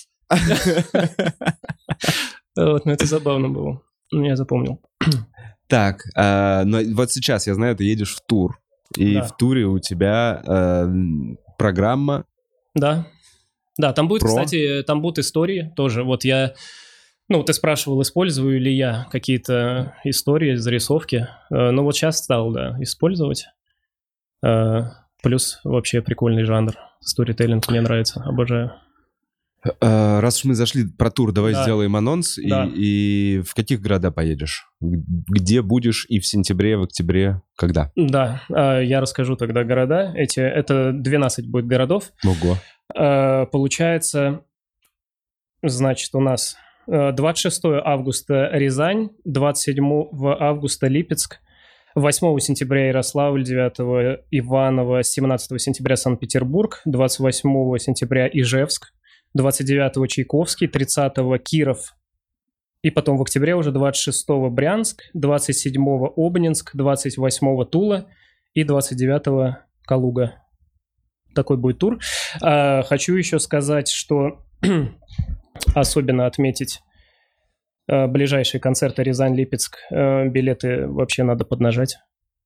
Вот, ну это забавно было. Ну, я запомнил. Так, а, но вот сейчас, я знаю, ты едешь в тур, и Да. в туре у тебя э, программа. Да. Да, там будет, Про? кстати, там будут истории тоже. Вот я... Ну, ты спрашивал, использую ли я какие-то истории, зарисовки. Э, Ну, вот сейчас стал, да, использовать. Э, Плюс вообще прикольный жанр. Сторителлинг мне нравится, обожаю. Э, раз уж мы зашли про тур, давай Да. сделаем анонс. И, Да. и в каких города поедешь? Г- Где будешь и в сентябре, в октябре, когда? Да, э, я расскажу тогда города. Эти, это двенадцать будет городов. Ого. Э, Получается, значит, у нас э, двадцать шестого августа Рязань, двадцать седьмого августа Липецк, восьмого сентября Ярославль, девятого Иваново, семнадцатого сентября Санкт-Петербург, двадцать восьмого сентября Ижевск, двадцать девятого Чайковский, тридцатого Киров, и потом в октябре уже двадцать шестого Брянск, двадцать седьмого Обнинск, двадцать восьмого Тула и двадцать девятого Калуга. Такой будет тур. А, хочу еще сказать, что особенно отметить а, ближайшие концерты Рязань-Липецк. А, билеты вообще надо поднажать.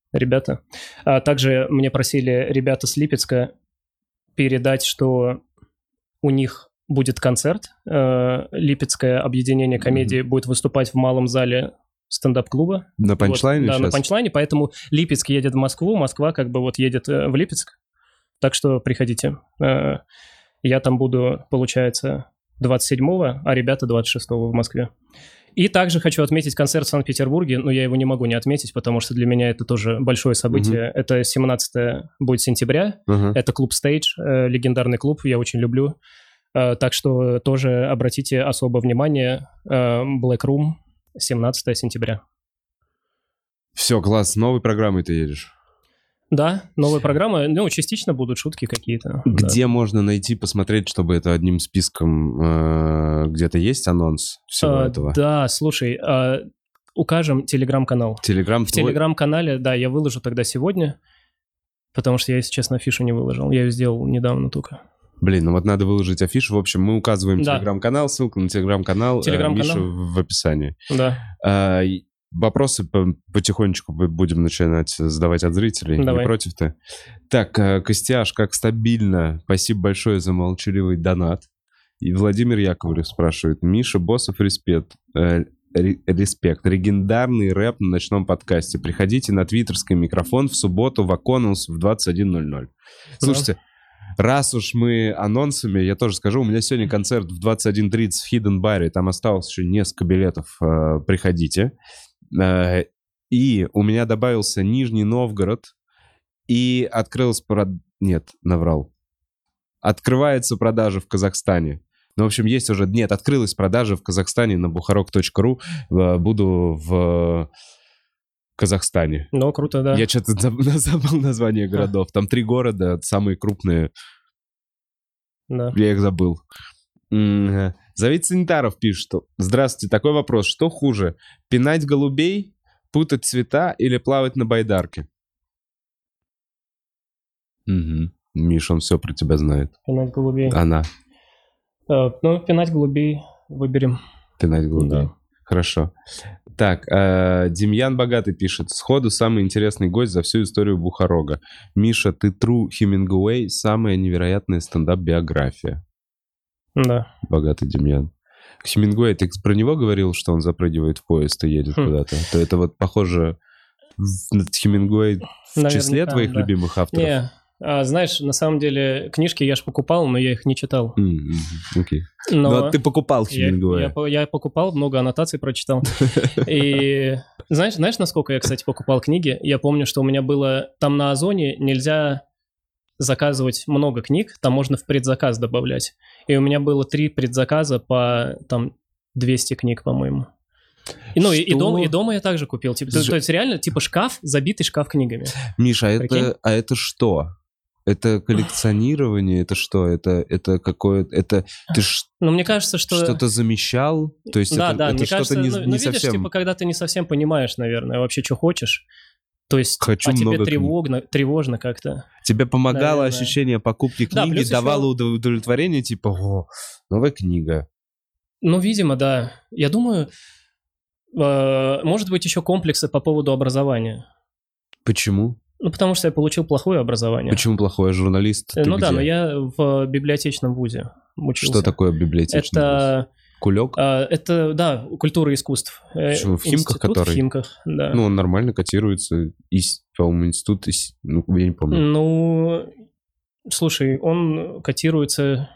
ребята. А также мне просили ребята с Липецка передать, что у них будет концерт. Липецкое объединение комедии mm-hmm. будет выступать в малом зале стендап-клуба. На панчлайне вот, сейчас? Да, на панчлайне, поэтому Липецк едет в Москву, Москва как бы вот едет в Липецк. Так что приходите. Я там буду, получается, двадцать седьмого, а ребята двадцать шестого в Москве. И также хочу отметить концерт в Санкт-Петербурге, но я его не могу не отметить, потому что для меня это тоже большое событие. Uh-huh. Это семнадцатое будет сентября, uh-huh. это клуб Stage, э, легендарный клуб, я очень люблю. Э, так что тоже обратите особое внимание, э, Black Room, семнадцатое сентября. Все, класс, с новой программой ты едешь? Да, новая программа, ну, частично будут шутки какие-то. Где да. можно найти, посмотреть, чтобы это одним списком э, где-то есть анонс всего а, этого? Да, слушай, а, укажем телеграм-канал. Телеграм В телеграм-канале, да, я выложу тогда сегодня, потому что я, если честно, афишу не выложил. Я ее сделал недавно только. Блин, ну вот надо выложить афишу. В общем, мы указываем да. телеграм-канал, ссылку на телеграм-канал, телеграм-канал. Миша в описании. Да. А, Вопросы потихонечку будем начинать задавать от зрителей. Давай. Не против-то? Так, Костяш, как стабильно? Спасибо большое за молчаливый донат. И Владимир Яковлев спрашивает. Миша Боссов, респект. Э, респект. Легендарный рэп на ночном подкасте. Приходите на твиттерский микрофон в субботу в Аконаус в двадцать один ноль ноль. Слушайте, да. Раз уж мы анонсами, я тоже скажу, у меня сегодня концерт в двадцать один тридцать в Hidden Bar, там осталось еще несколько билетов. Э, приходите. И у меня добавился Нижний Новгород, и открылась... Прод... Нет, наврал. Открывается продажа в Казахстане. Ну, в общем, есть уже... Нет, открылась продажа в Казахстане на бухарок точка ру. Буду в Казахстане. Ну, круто, да. Я что-то забыл название городов. Там три города, самые крупные. Да. Я их забыл. Завид Санитаров пишет, что «Здравствуйте, такой вопрос. Что хуже, пинать голубей, путать цвета или плавать на байдарке?» Угу. Миш, он все про тебя знает. Пинать голубей. Она. Uh, ну, пинать голубей выберем. Пинать голубей. Да. Хорошо. Так, э, Демьян Богатый пишет. Сходу самый интересный гость за всю историю Бухарога. Миша, ты true Hemingway, самая невероятная стендап-биография. Да. Богатый Демьян. Хемингуэй, ты про него говорил, что он запрыгивает в поезд и едет хм. куда-то? То это вот похоже... Хемингуэй в Наверняка, числе твоих да. любимых авторов? Не, а, знаешь, на самом деле книжки я ж покупал, но я их не читал. Mm-hmm. Okay. Но, но ты покупал Хемингуэя. Я, я, я покупал, много аннотаций прочитал. И знаешь, знаешь, насколько я, кстати, покупал книги? Я помню, что у меня было... Там на Озоне нельзя... заказывать много книг, там можно в предзаказ добавлять. И у меня было три предзаказа по там двести книг, по-моему. И, ну, и, и, дома, и дома я также купил. Типа, Ж... То, то есть реально типа шкаф, забитый шкаф книгами. Миша, а это, а это что? Это коллекционирование? Это что? Это, это какое-то... Это, ты ш... Ну, мне кажется, что... Что-то замещал? То есть да, это, да, это мне что-то кажется, не, ну, не ну, видишь, совсем... типа, когда ты не совсем понимаешь, наверное, вообще, что хочешь. То есть, Хочу а тебе много тревожно, тревожно как-то. Тебе помогало наверное. Ощущение покупки книги, да, давало еще... удовлетворение, типа, о, новая книга. Ну, видимо, да. Я думаю, э, может быть, еще комплексы по поводу образования. Почему? Ну, потому что я получил плохое образование. Почему плохое? Журналист? Ну где? да, но я в библиотечном вузе учился. Что такое библиотечный Это... вуз? Кулек? А, это, да, культура искусств. Почему? В Химках, Институт который? в Химках, да. Ну, он нормально котируется. И, по-моему, институт, и, ну, я не помню. Ну, слушай, он котируется...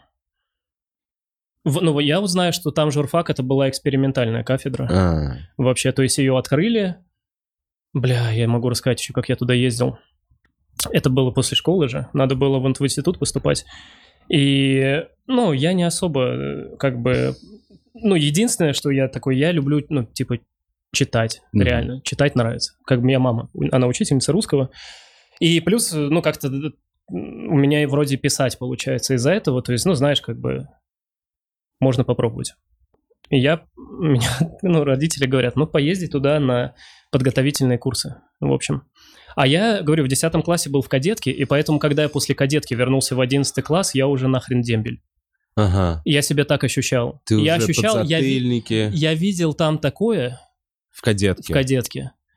В, ну, я вот знаю, что там журфак, это была экспериментальная кафедра. А. Вообще, то есть ее открыли. Бля, я могу рассказать еще, как я туда ездил. Это было после школы же. Надо было в институт поступать. И, ну, я не особо, как бы... Ну, единственное, что я такой, я люблю, ну, типа, читать, mm-hmm. реально. Читать нравится. Как моя мама, она учительница русского. И плюс, ну, как-то у меня вроде писать получается из-за этого. То есть, ну, знаешь, как бы можно попробовать. И я, меня, ну, родители говорят, ну, поезди туда на подготовительные курсы, в общем. А я, говорю, в десятом классе был в кадетке, и поэтому, когда я после кадетки вернулся в одиннадцатый класс, я уже нахрен дембель. Ага. Я себя так ощущал. Ты я уже ощущал, я, я видел там такое в кадетке. В кадетке.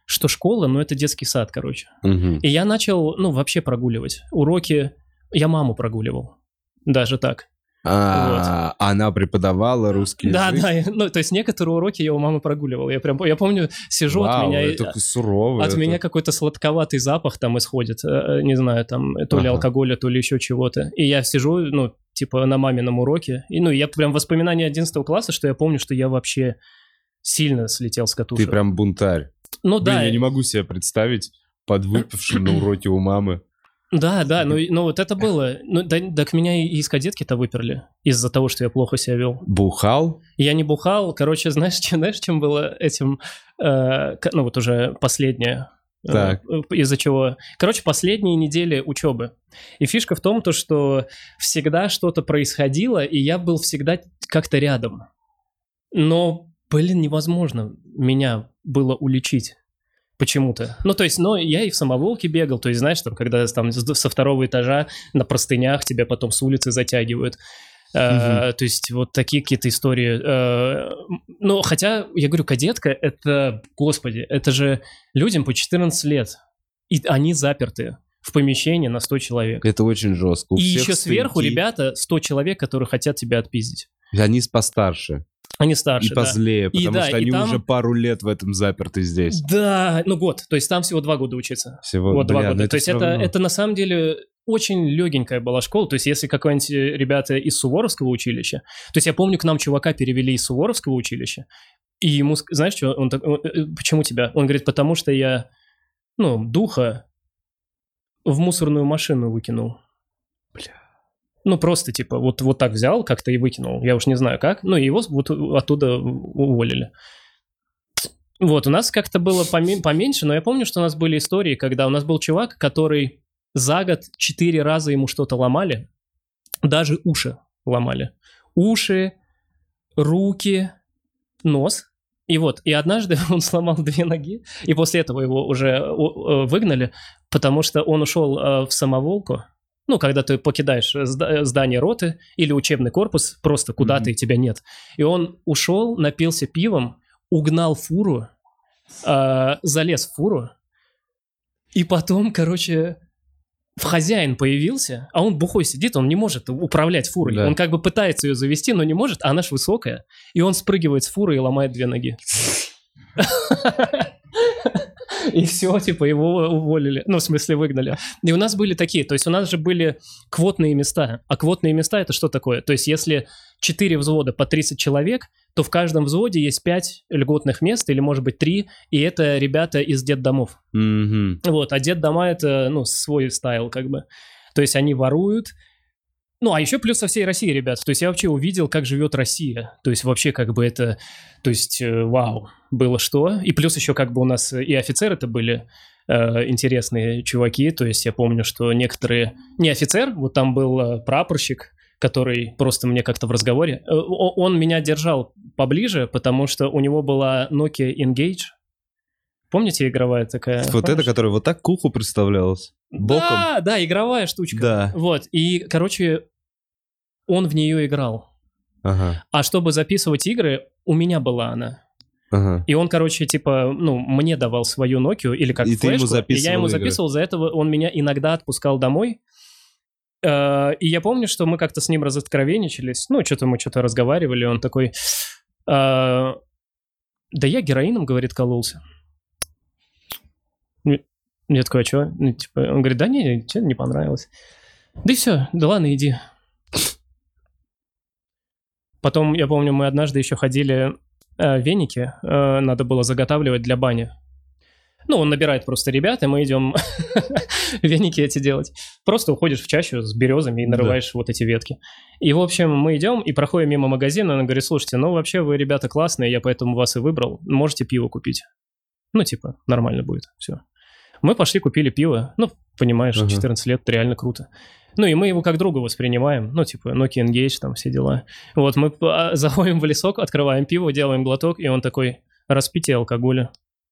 что школа, ну, это детский сад, короче. Мгм. И я начал, ну, вообще прогуливать. Уроки я маму прогуливал. Даже так. А, Она преподавала русский Да, язык? да, я- ну, то есть некоторые уроки я у мамы прогуливал. Я прям, я помню, сижу от Вау, меня... и- это сурово. От это- меня какой-то сладковатый запах там исходит, э, не знаю, там, то ли Ага. алкоголя, то ли еще чего-то. И я сижу, ну, типа, на мамином уроке, и, ну, я прям воспоминания одиннадцатого класса, что я помню, что я вообще сильно слетел с катушек. Ты прям бунтарь. Ну, Блин, да, я не могу себе представить подвыпившим на уроке у мамы. да, да, ну, и- ну, вот это было. Ну, да, так меня и из кадетки-то выперли из-за того, что я плохо себя вел. Бухал? Я не бухал, короче, знаешь, чем, знаешь, чем было этим, э, к- ну, вот уже последнее, э, Так. из-за чего... Короче, последние недели учебы. И фишка в том, то, что всегда что-то происходило, и я был всегда как-то рядом. Но, блин, невозможно меня было уличить. Почему-то. Ну, то есть, ну, я и в самоволке бегал, то есть, знаешь, там, когда там с- со второго этажа на простынях тебя потом с улицы затягивают. Э, То есть, вот такие какие-то истории. Э, Ну, хотя, я говорю, кадетка, это, господи, это же людям по четырнадцать лет. И они заперты в помещении на сто человек. Это очень жестко. У И всех еще сверху стояки. ребята, сто человек, которые хотят тебя отпиздить. Они постарше. Они старше, И да. позлее, И потому да, что и они там- уже пару лет в этом заперты здесь. Да, ну год. То есть там всего два года учиться. Всего, Вот два бля, года. ну То есть всё это, равно. это на самом деле очень легенькая была школа. То есть если какой-нибудь э, ребята из Суворовского училища... То есть я помню, к нам чувака перевели из Суворовского училища, и ему, ск- знаешь что, он так, он, э, почему тебя? Он говорит, потому что я, ну, духа в мусорную машину выкинул. Бля. Ну, просто, типа, вот, вот так взял как-то и выкинул. Я уж не знаю как. Ну, и его вот оттуда уволили. Вот, у нас как-то было поме- поменьше, но я помню, что у нас были истории, когда у нас был чувак, который за год четыре раза ему что-то ломали, даже уши ломали. Уши, руки, нос. И вот, и однажды он сломал две ноги, и после этого его уже э, э, выгнали, потому что он ушел э, в самоволку. Ну, когда ты покидаешь зда- здание роты или учебный корпус, просто куда-то, Мгм. и тебя нет. И он ушел, напился пивом, угнал фуру, э, залез в фуру, и потом, короче, хозяин появился, а он бухой сидит, он не может управлять фурой. Да. Он как бы пытается ее завести, но не может, а она ж высокая. И он спрыгивает с фуры и ломает две ноги. И все, типа, его уволили. Ну, в смысле, выгнали. И у нас были такие, то есть у нас же были квотные места. А квотные места — это что такое? То есть если четыре взвода по тридцать человек, то в каждом взводе есть пять льготных мест, или, может быть, три, и это ребята из детдомов. Мгм. Вот, а детдома — это, ну, свой стайл, как бы. То есть они воруют. Ну, а еще плюс со всей России, ребят. То есть я вообще увидел, как живет Россия. То есть вообще как бы это... То есть, э, вау, было что. И плюс еще как бы у нас и офицеры-то были э, интересные чуваки. То есть я помню, что некоторые... Не офицер, вот там был э, прапорщик, который просто мне как-то в разговоре... э, о- он меня держал поближе, потому что у него была Nokia Engage. Помните, игровая такая? Вот это, Помнишь? которое вот так к уху представлялось? Боком? Да, да, игровая штучка. Да. Вот, и, короче, он в нее играл. Ага, А чтобы записывать игры, у меня была она. ага. И он, короче, типа, ну, мне давал свою Nokia, или как И ты ему флешку, и я записывал ему игры. записывал, за этого он меня иногда отпускал домой. Э, И я помню, что мы как-то с ним разоткровенничались, ну, что-то мы что-то разговаривали, он такой, э, да я героином, говорит, кололся. Я такой, а что? Ну, типа, он говорит, да не, что не понравилось. Да и все, да ладно, иди. Потом, я помню, мы однажды еще ходили э, веники, э, надо было заготавливать для бани. Ну, он набирает просто ребят, и мы идем веники эти делать. Просто уходишь в чащу с березами и нарываешь вот эти ветки. И, в общем, мы идем и проходим мимо магазина, и он говорит, слушайте, ну, вообще вы, ребята, классные, я поэтому вас и выбрал, можете пиво купить. Ну, типа, нормально будет, все. Мы пошли, купили пиво, ну, понимаешь, Ага. четырнадцать лет, это реально круто. Ну, и мы его как друга воспринимаем, ну, типа, Nokia Engage, там, все дела. Вот, мы а, заходим в лесок, открываем пиво, делаем глоток, и он такой, распитие алкоголя.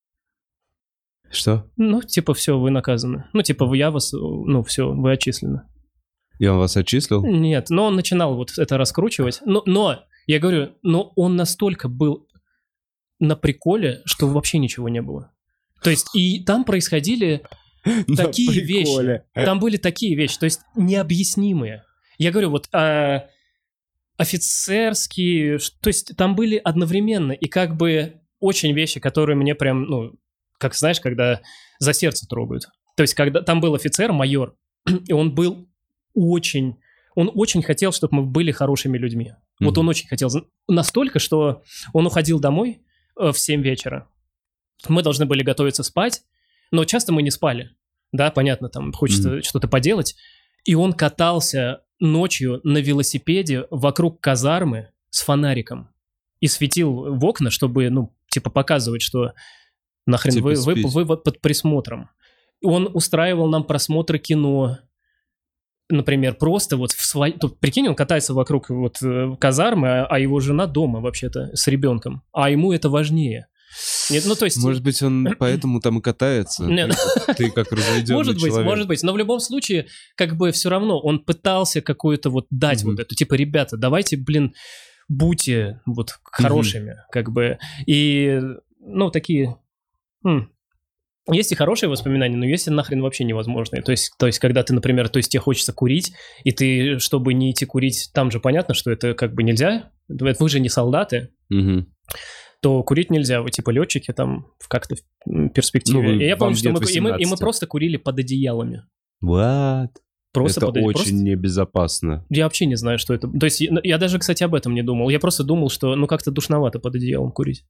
Что? Ну, типа, все, вы наказаны. Ну, типа, я вас, ну, все, вы отчислены. И он вас отчислил? Нет, но он начинал вот это раскручивать. Но, но я говорю, но он настолько был на приколе, что вообще ничего не было. То есть и там происходили такие вещи. Там были такие вещи, то есть необъяснимые. Я говорю, вот а, офицерские, то есть там были одновременно и как бы очень вещи, которые мне прям, ну, как знаешь, когда за сердце трогают. То есть когда там был офицер, майор, и он был очень... Он очень хотел, чтобы мы были хорошими людьми. Mm-hmm. Вот он очень хотел. Настолько, что он уходил домой в семь вечера. Мы должны были готовиться спать, но часто мы не спали. Да, понятно, там хочется mm-hmm. что-то поделать. И он катался ночью на велосипеде вокруг казармы с фонариком. И светил в окна, чтобы, ну, типа показывать, что нахрен типа вы, вы, вы, вы под присмотром. Он устраивал нам просмотры кино. Например, просто вот в своей... Тут, прикинь, он катается вокруг вот казармы, а, а его жена дома вообще-то с ребенком. А ему это важнее. Нет, ну, то есть... Может быть, он поэтому там и катается? Ты как разойденный Может быть, человек. может быть. Но в любом случае, как бы все равно он пытался какую-то вот дать вот эту, типа, ребята, давайте, блин, будьте вот хорошими, как бы. И, ну, такие... Есть и хорошие воспоминания, но есть и нахрен вообще невозможные. То есть, то есть, когда ты, например, то есть тебе хочется курить, и ты, чтобы не идти курить, там же понятно, что это как бы нельзя. Вы же не солдаты, угу. то курить нельзя. Вы типа летчики там как-то в перспективе. Ну, и я помню, что мы, и мы, и мы просто курили под одеялами. What? Просто это под, очень просто... небезопасно. Я вообще не знаю, что это. То есть я, я даже, кстати, об этом не думал. Я просто думал, что ну как-то душновато под одеялом курить.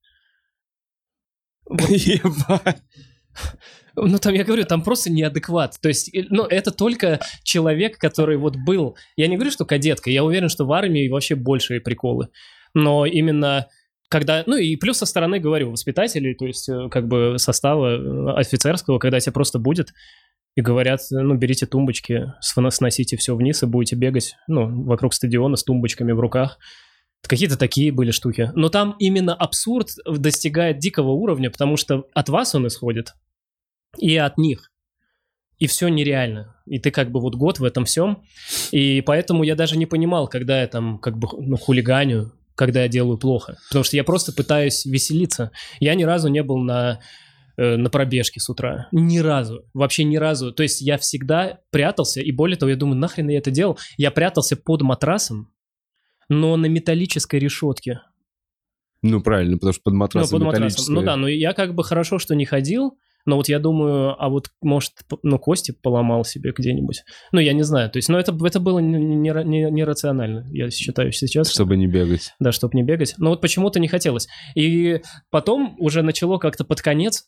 Ебать. Ну, там, я говорю, там просто неадекват. То есть, ну, это только человек, который вот был... Я не говорю, что кадетка, я уверен, что в армии вообще большие приколы. Но именно когда... Ну, и плюс со стороны, говорю, воспитателей, то есть, как бы состава офицерского, когда тебя просто будет и говорят, ну, берите тумбочки, сносите все вниз и будете бегать, ну, вокруг стадиона с тумбочками в руках. Какие-то такие были штуки. Но там именно абсурд достигает дикого уровня, потому что от вас он исходит и от них. И все нереально. И ты как бы вот год в этом всем. И поэтому я даже не понимал, когда я там как бы ну, хулиганю, когда я делаю плохо. Потому что я просто пытаюсь веселиться. Я ни разу не был на, э, на пробежке с утра. Ни разу. Вообще ни разу. То есть я всегда прятался. И более того, я думаю, нахрен я это делал? Я прятался под матрасом, но на металлической решетке. Ну, правильно, потому что под матрасом ну, под металлическая. матрасом. Ну да, но я как бы хорошо, что не ходил, но вот я думаю, а вот, может, ну, кости поломал себе где-нибудь. Ну, я не знаю, то есть, ну, это, это было нерационально, не, не, не я считаю сейчас. Чтобы не бегать. Да, чтобы не бегать. Но вот почему-то не хотелось. И потом уже начало как-то под конец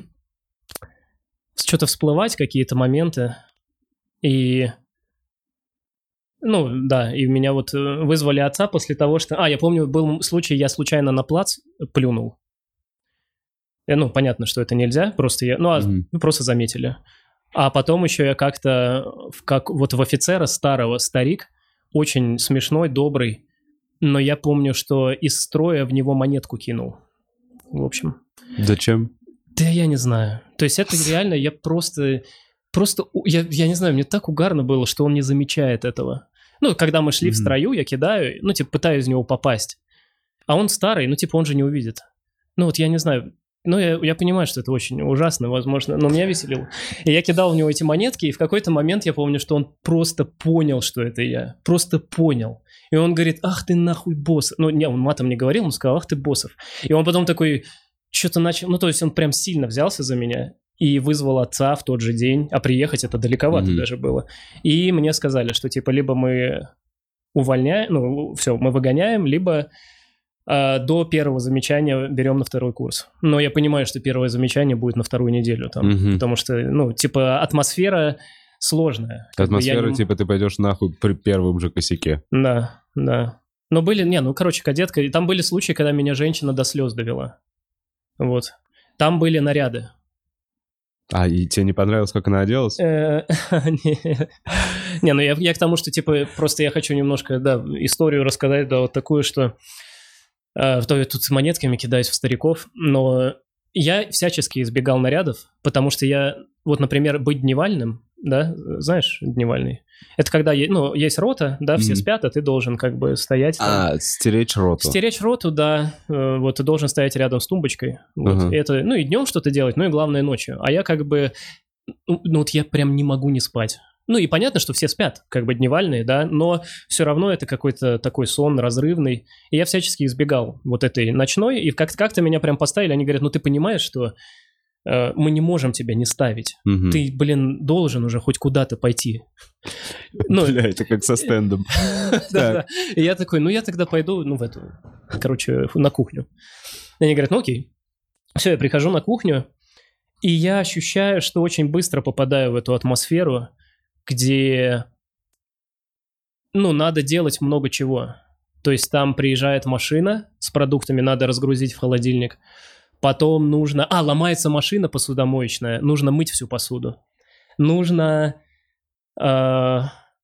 что-то всплывать, какие-то моменты, и... Ну, да, и меня вот вызвали отца после того, что... А, я помню, был случай, я случайно на плац плюнул. И, ну, понятно, что это нельзя, просто я... Ну, а, mm-hmm. ну, просто заметили. А потом еще я как-то, в, как вот в офицера старого, старик, очень смешной, добрый, но я помню, что из строя в него монетку кинул. В общем. Зачем? Да я не знаю. То есть это реально, я просто... Просто, я, я не знаю, мне так угарно было, что он не замечает этого. Ну, когда мы шли mm-hmm. в строю, я кидаю, ну, типа, пытаюсь в него попасть. А он старый, ну, типа, он же не увидит. Ну, вот я не знаю. Ну, я, я понимаю, что это очень ужасно, возможно, но меня веселило. И я кидал в него эти монетки, и в какой-то момент я помню, что он просто понял, что это я. Просто понял. И он говорит, ах ты нахуй босс. Ну, не, он матом не говорил, он сказал, ах ты боссов. И он потом такой, что-то начал... Ну, то есть он прям сильно взялся за меня. И вызвал отца в тот же день, а приехать это далековато mm-hmm. даже было. И мне сказали, что типа либо мы увольняем, ну все, мы выгоняем, либо э, до первого замечания берем на второй курс. Но я понимаю, что первое замечание будет на вторую неделю там, mm-hmm. потому что, ну, типа атмосфера сложная. Атмосфера, не... типа ты пойдешь нахуй при первом же косяке. Да, да. Но были, не, ну, короче, кадетка, и там были случаи, когда меня женщина до слез довела. Вот. Там были наряды. А, и тебе не понравилось, как она оделась? Не, ну я, я к тому, что, типа, просто я хочу немножко, да, историю рассказать, да, вот такую, что э, то я тут с монетками кидаюсь в стариков, но я всячески избегал нарядов, потому что я, вот, например, быть дневальным, да, знаешь, дневальный? Это когда, ну, есть рота, да, все mm-hmm. спят, а ты должен как бы стоять там. А, стеречь роту. Стеречь роту, да, вот ты должен стоять рядом с тумбочкой, вот, uh-huh. это, ну, и днем что-то делать, ну, и главное ночью. А я как бы, ну, вот я прям не могу не спать. Ну, и понятно, что все спят, как бы дневальные, да, но все равно это какой-то такой сон разрывный. И я всячески избегал вот этой ночной, и как- как-то меня прям поставили, они говорят, ну, ты понимаешь, что э, мы не можем тебя не ставить. Угу. Ты, блин, должен уже хоть куда-то пойти. Бля, это как со стендом. Да-да. И я такой, ну, я тогда пойду, ну, в эту, короче, на кухню. И они говорят, ну, окей. Все, я прихожу на кухню, и я ощущаю, что очень быстро попадаю в эту атмосферу, где, ну, надо делать много чего. То есть там приезжает машина с продуктами, надо разгрузить в холодильник. Потом нужно... А, ломается машина посудомоечная, нужно мыть всю посуду. Нужно... Э,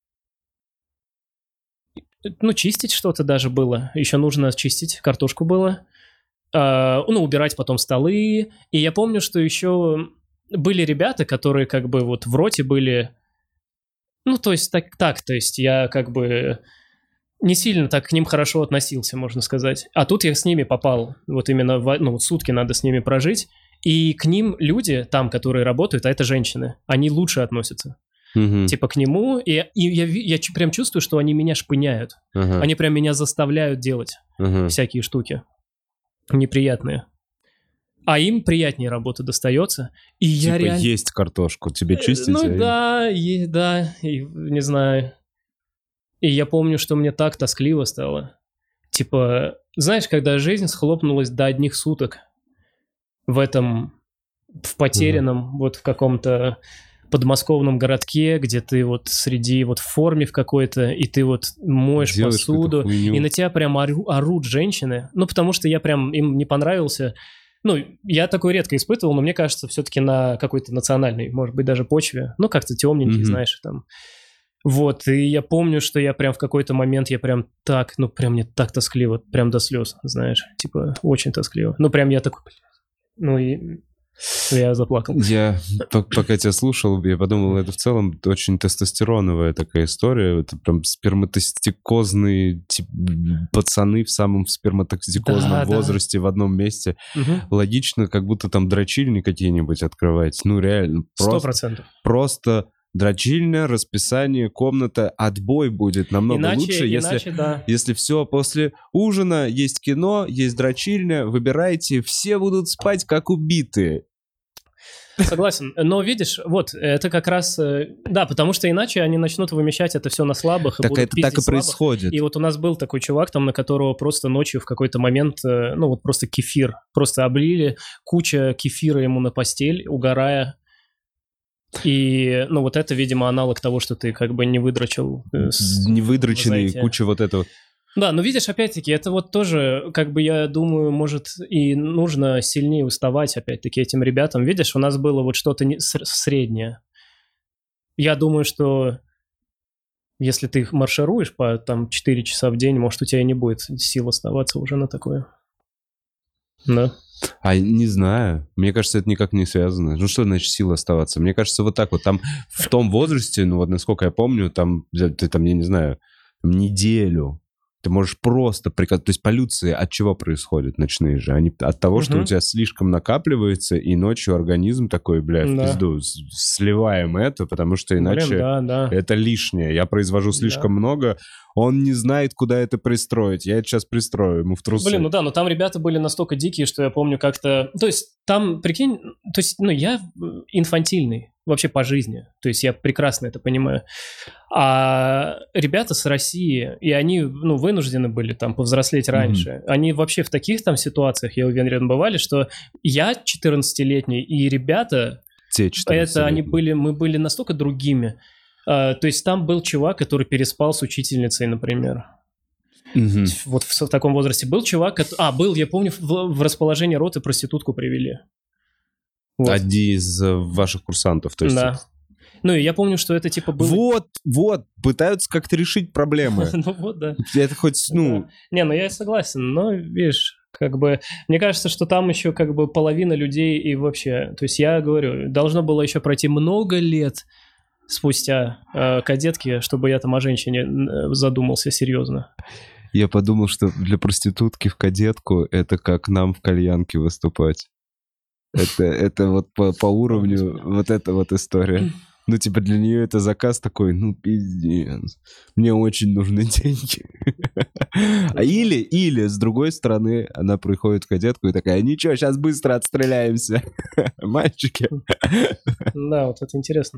ну, чистить что-то даже было. Еще нужно чистить, картошку было. Э, ну, убирать потом столы. И я помню, что еще были ребята, которые как бы вот в роте были... Ну, то есть так, так, то есть я как бы не сильно так к ним хорошо относился, можно сказать. А тут я с ними попал, вот именно, в, ну, вот сутки надо с ними прожить, и к ним люди там, которые работают, а это женщины, они лучше относятся. Uh-huh. Типа к нему, и, и я, я прям чувствую, что они меня шпыняют. Uh-huh. Они прям меня заставляют делать uh-huh. всякие штуки неприятные. А им приятнее работа достается. И типа я реально... есть картошку, тебе чистить? Ну а да, и, да, и, не знаю. И я помню, что мне так тоскливо стало. Типа, знаешь, когда жизнь схлопнулась до одних суток в этом, в потерянном, угу. вот в каком-то подмосковном городке, где ты вот среди вот в форме в какой-то, и ты вот моешь делаешь посуду, и на тебя прям ору, орут женщины. Ну, потому что я прям им не понравился. Ну, я такое редко испытывал, но мне кажется, все-таки на какой-то национальной, может быть, даже почве. Ну, как-то темненький, mm-hmm. знаешь, там. Вот, и я помню, что я прям в какой-то момент, я прям так, ну, прям мне так тоскливо, прям до слез, знаешь, типа, очень тоскливо. Ну, прям я такой, ну, и я заплакал. Я, пока тебя слушал, я подумал, это в целом очень тестостероновая такая история. Это прям сперматоксикозные тип, пацаны в самом сперматоксикозном да, возрасте да. в одном месте. Угу. Логично, как будто там дрочильни какие-нибудь открывать. Ну, реально. Сто процентов. Просто дрочильня, расписание, комната, отбой будет намного иначе, лучше, иначе, если, да. если все после ужина, есть кино, есть дрочильня, выбирайте, все будут спать как убитые. Согласен, но видишь, вот, это как раз, да, потому что иначе они начнут вымещать это все на слабых. И так будут это так и слабых. Происходит. И вот у нас был такой чувак, там, на которого просто ночью в какой-то момент, ну вот просто кефир, просто облили, куча кефира ему на постель, угорая. И, ну, вот это, видимо, аналог того, что ты как бы не выдрочил. Не выдроченный, куча вот этого. Да, но видишь, опять-таки, это вот тоже, как бы, я думаю, может, и нужно сильнее уставать, опять-таки, этим ребятам. Видишь, у нас было вот что-то не... среднее. Я думаю, что если ты маршируешь по, там, четыре часа в день, может, у тебя и не будет сил оставаться уже на такое. Да. А не знаю. Мне кажется, это никак не связано. Ну, что значит сила оставаться? Мне кажется, вот так вот. Там в том возрасте, ну, вот насколько я помню, там, ты там, я не знаю, неделю ты можешь просто приказ... То есть полюции от чего происходят ночные же? Они от того, угу. что у тебя слишком накапливается, и ночью организм такой, бля, в да. пизду, сливаем это, потому что иначе Блин, да, да. это лишнее. Я произвожу слишком да. много, он не знает, куда это пристроить. Я это сейчас пристрою ему в трусы. Блин, ну да, но там ребята были настолько дикие, что я помню как-то... То есть там, прикинь, то есть, ну, я инфантильный вообще по жизни. То есть я прекрасно это понимаю. А ребята с России, и они, ну, вынуждены были там повзрослеть раньше. Mm-hmm. Они вообще в таких там ситуациях, я уверен, бывали, что я четырнадцатилетний, и ребята... Те это они были, мы были настолько другими. Uh, то есть там был чувак, который переспал с учительницей, например. Mm-hmm. Вот в, в таком возрасте был чувак, который... А, был, я помню, в, в расположение роты проститутку привели. Вот. Один из ваших курсантов, то есть... Да. Ну, и я помню, что это типа было... Вот, вот, пытаются как-то решить проблемы. Ну вот, да. Это хоть, ну... Не, ну я согласен, но, видишь... Как бы, мне кажется, что там еще как бы половина людей и вообще... То есть я говорю, должно было еще пройти много лет, спустя э, кадетки, чтобы я там о женщине задумался серьезно. Я подумал, что для проститутки в кадетку это как нам в кальянке выступать. Это, это вот по, по уровню вот эта вот история. Ну, типа, для нее это заказ такой, ну, пиздец, мне очень нужны деньги. А или, или, с другой стороны, она приходит в кадетку и такая, ничего, сейчас быстро отстреляемся, мальчики. Да, вот это интересно.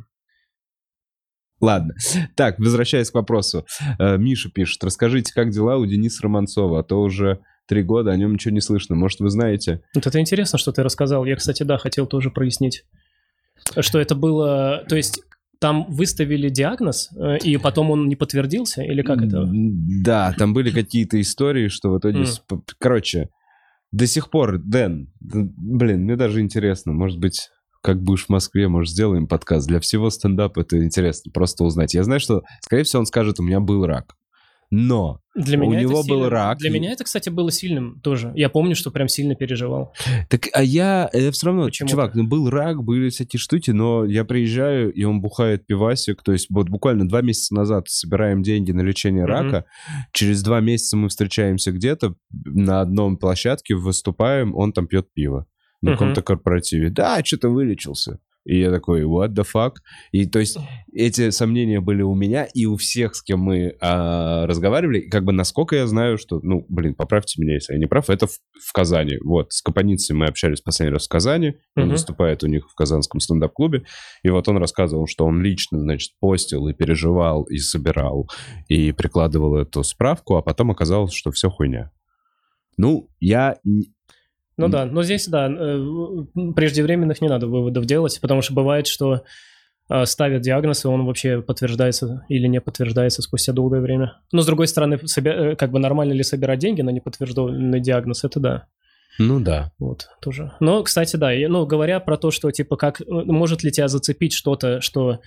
Ладно. Так, возвращаясь к вопросу. Миша пишет, расскажите, как дела у Дениса Романцова, а то уже три года о нем ничего не слышно. Может, вы знаете? Вот это интересно, что ты рассказал. Я, кстати, да, хотел тоже прояснить, что это было... То есть там выставили диагноз, и потом он не подтвердился? Или как это? Да, там были какие-то истории, что в итоге... Mm. Короче, до сих пор, Дэн, блин, мне даже интересно, может быть... Как будешь в Москве, может, сделаем подкаст. Для всего стендапа это интересно просто узнать. Я знаю, что, скорее всего, он скажет, у меня был рак. Но для меня у него сильно, был рак. Для и... меня это, кстати, было сильным тоже. Я помню, что прям сильно переживал. Так, а я, я все равно... Почему-то. Чувак, ну был рак, были всякие штуки, но я приезжаю, и он бухает пивасик. То есть вот буквально два месяца назад собираем деньги на лечение mm-hmm. рака. Через два месяца мы встречаемся где-то на одном площадке, выступаем, он там пьет пиво. На uh-huh. каком-то корпоративе. Да, что-то вылечился. И я такой, what the fuck? И то есть эти сомнения были у меня и у всех, с кем мы а, разговаривали. И как бы насколько я знаю, что, ну, блин, поправьте меня, если я не прав, это в, в Казани. Вот, с Капаницей мы общались последний раз в Казани. Он uh-huh. выступает у них в казанском стендап-клубе. И вот он рассказывал, что он лично, значит, постил и переживал, и собирал, и прикладывал эту справку, а потом оказалось, что все хуйня. Ну, я... Ну да, но здесь, да, преждевременных не надо выводов делать, потому что бывает, что ставят диагноз, и он вообще подтверждается или не подтверждается спустя долгое время. Но, с другой стороны, как бы нормально ли собирать деньги на неподтвержденный диагноз, это да. Ну да. Вот, тоже. Но, кстати, да, ну, говоря про то, что, типа, как, может ли тебя зацепить что-то, что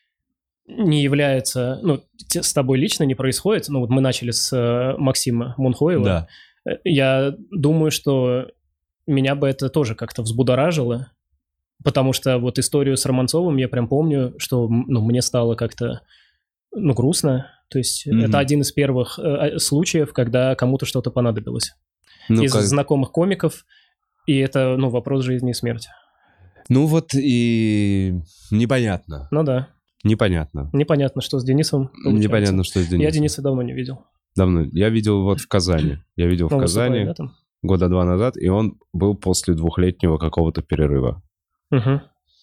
не является, ну, с тобой лично не происходит, ну, вот мы начали с Максима Мунхоева. Да. Я думаю, что меня бы это тоже как-то взбудоражило, потому что вот историю с Романцовым я прям помню, что, ну, мне стало как-то, ну, грустно. То есть mm-hmm. это один из первых э, случаев, когда кому-то что-то понадобилось. Ну, из как... знакомых комиков, и это, ну, вопрос жизни и смерти. Ну вот и непонятно. Ну да. Непонятно. Непонятно, что с Денисом получается. Непонятно, что с Денисом. Я Дениса давно не видел. Давно. Я видел вот в Казани. Я видел в Казани. Года два назад, и он был после двухлетнего какого-то перерыва. Угу.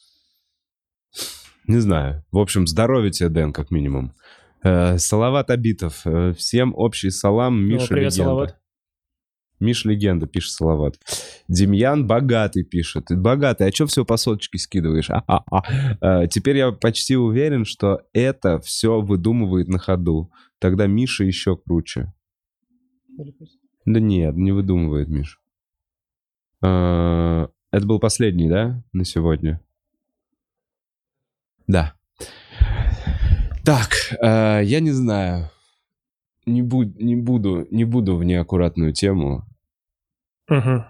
Не знаю. В общем, здоровья тебе, Дэн, как минимум. Э, Салават Абитов. Э, всем общий салам, Миша, О, привет, легенда. Салават. Миша легенда, пишет Салават. Демьян Богатый пишет. Богатый, а что все по соточке скидываешь? А-а-а. Э, теперь я почти уверен, что это все выдумывает на ходу. Тогда Миша еще круче. Да нет, не выдумывает, Миш. А, это был последний, да, на сегодня? Да. Так, а, я не знаю. Не, буд, не, буду, не буду в неаккуратную тему. Угу.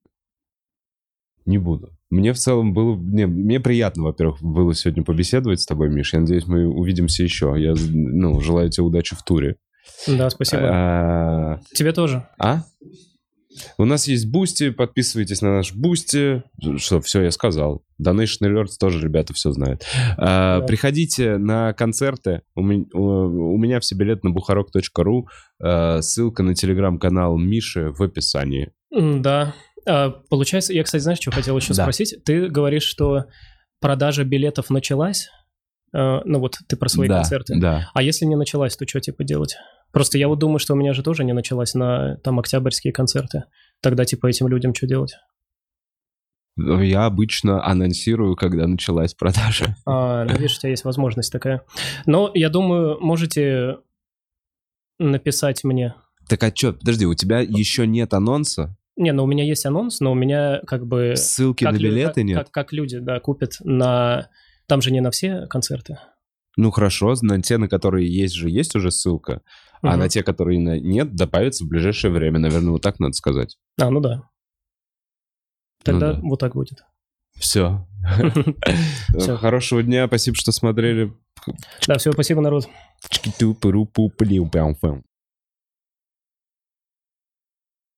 Не буду. Мне в целом было... Не, мне приятно, во-первых, было сегодня побеседовать с тобой, Миш. Я надеюсь, мы увидимся еще. Я, ну, желаю тебе удачи в туре. Да, спасибо. А... Тебе тоже. А? У нас есть Бусти, подписывайтесь на наш Бусти. Что, все, я сказал. Donation Alerts тоже, ребята, все знают. А, да. Приходите на концерты. У меня, у, у меня все билеты на бухарок точка ру. А, ссылка на телеграм-канал Миши в описании. Да. А, получается, я, кстати, знаешь, что хотел еще да. спросить? Ты говоришь, что продажа билетов началась? А, ну вот, ты про свои да, концерты. Да. А если не началась, то что типа делать? Просто я вот думаю, что у меня же тоже не началась на там октябрьские концерты. Тогда типа этим людям что делать? Я обычно анонсирую, когда началась продажа. А, ну, видишь, у тебя есть возможность такая. Но я думаю, можете написать мне. Так а что, подожди, у тебя еще нет анонса? Не, ну у меня есть анонс, но у меня как бы... Ссылки на билеты лю- нет? Как, как, как люди, да, купят на... Там же не на все концерты. Ну хорошо, на те, на которые есть же, есть уже ссылка. А угу. на те, которые нет, добавится в ближайшее время. Наверное, вот так надо сказать. А, ну да. Тогда ну да. вот так будет. Все. Хорошего дня, спасибо, что смотрели. Да, все, спасибо, народ. Чики-ту-пу-ру-пу-пу-лиу-пяу-пяу.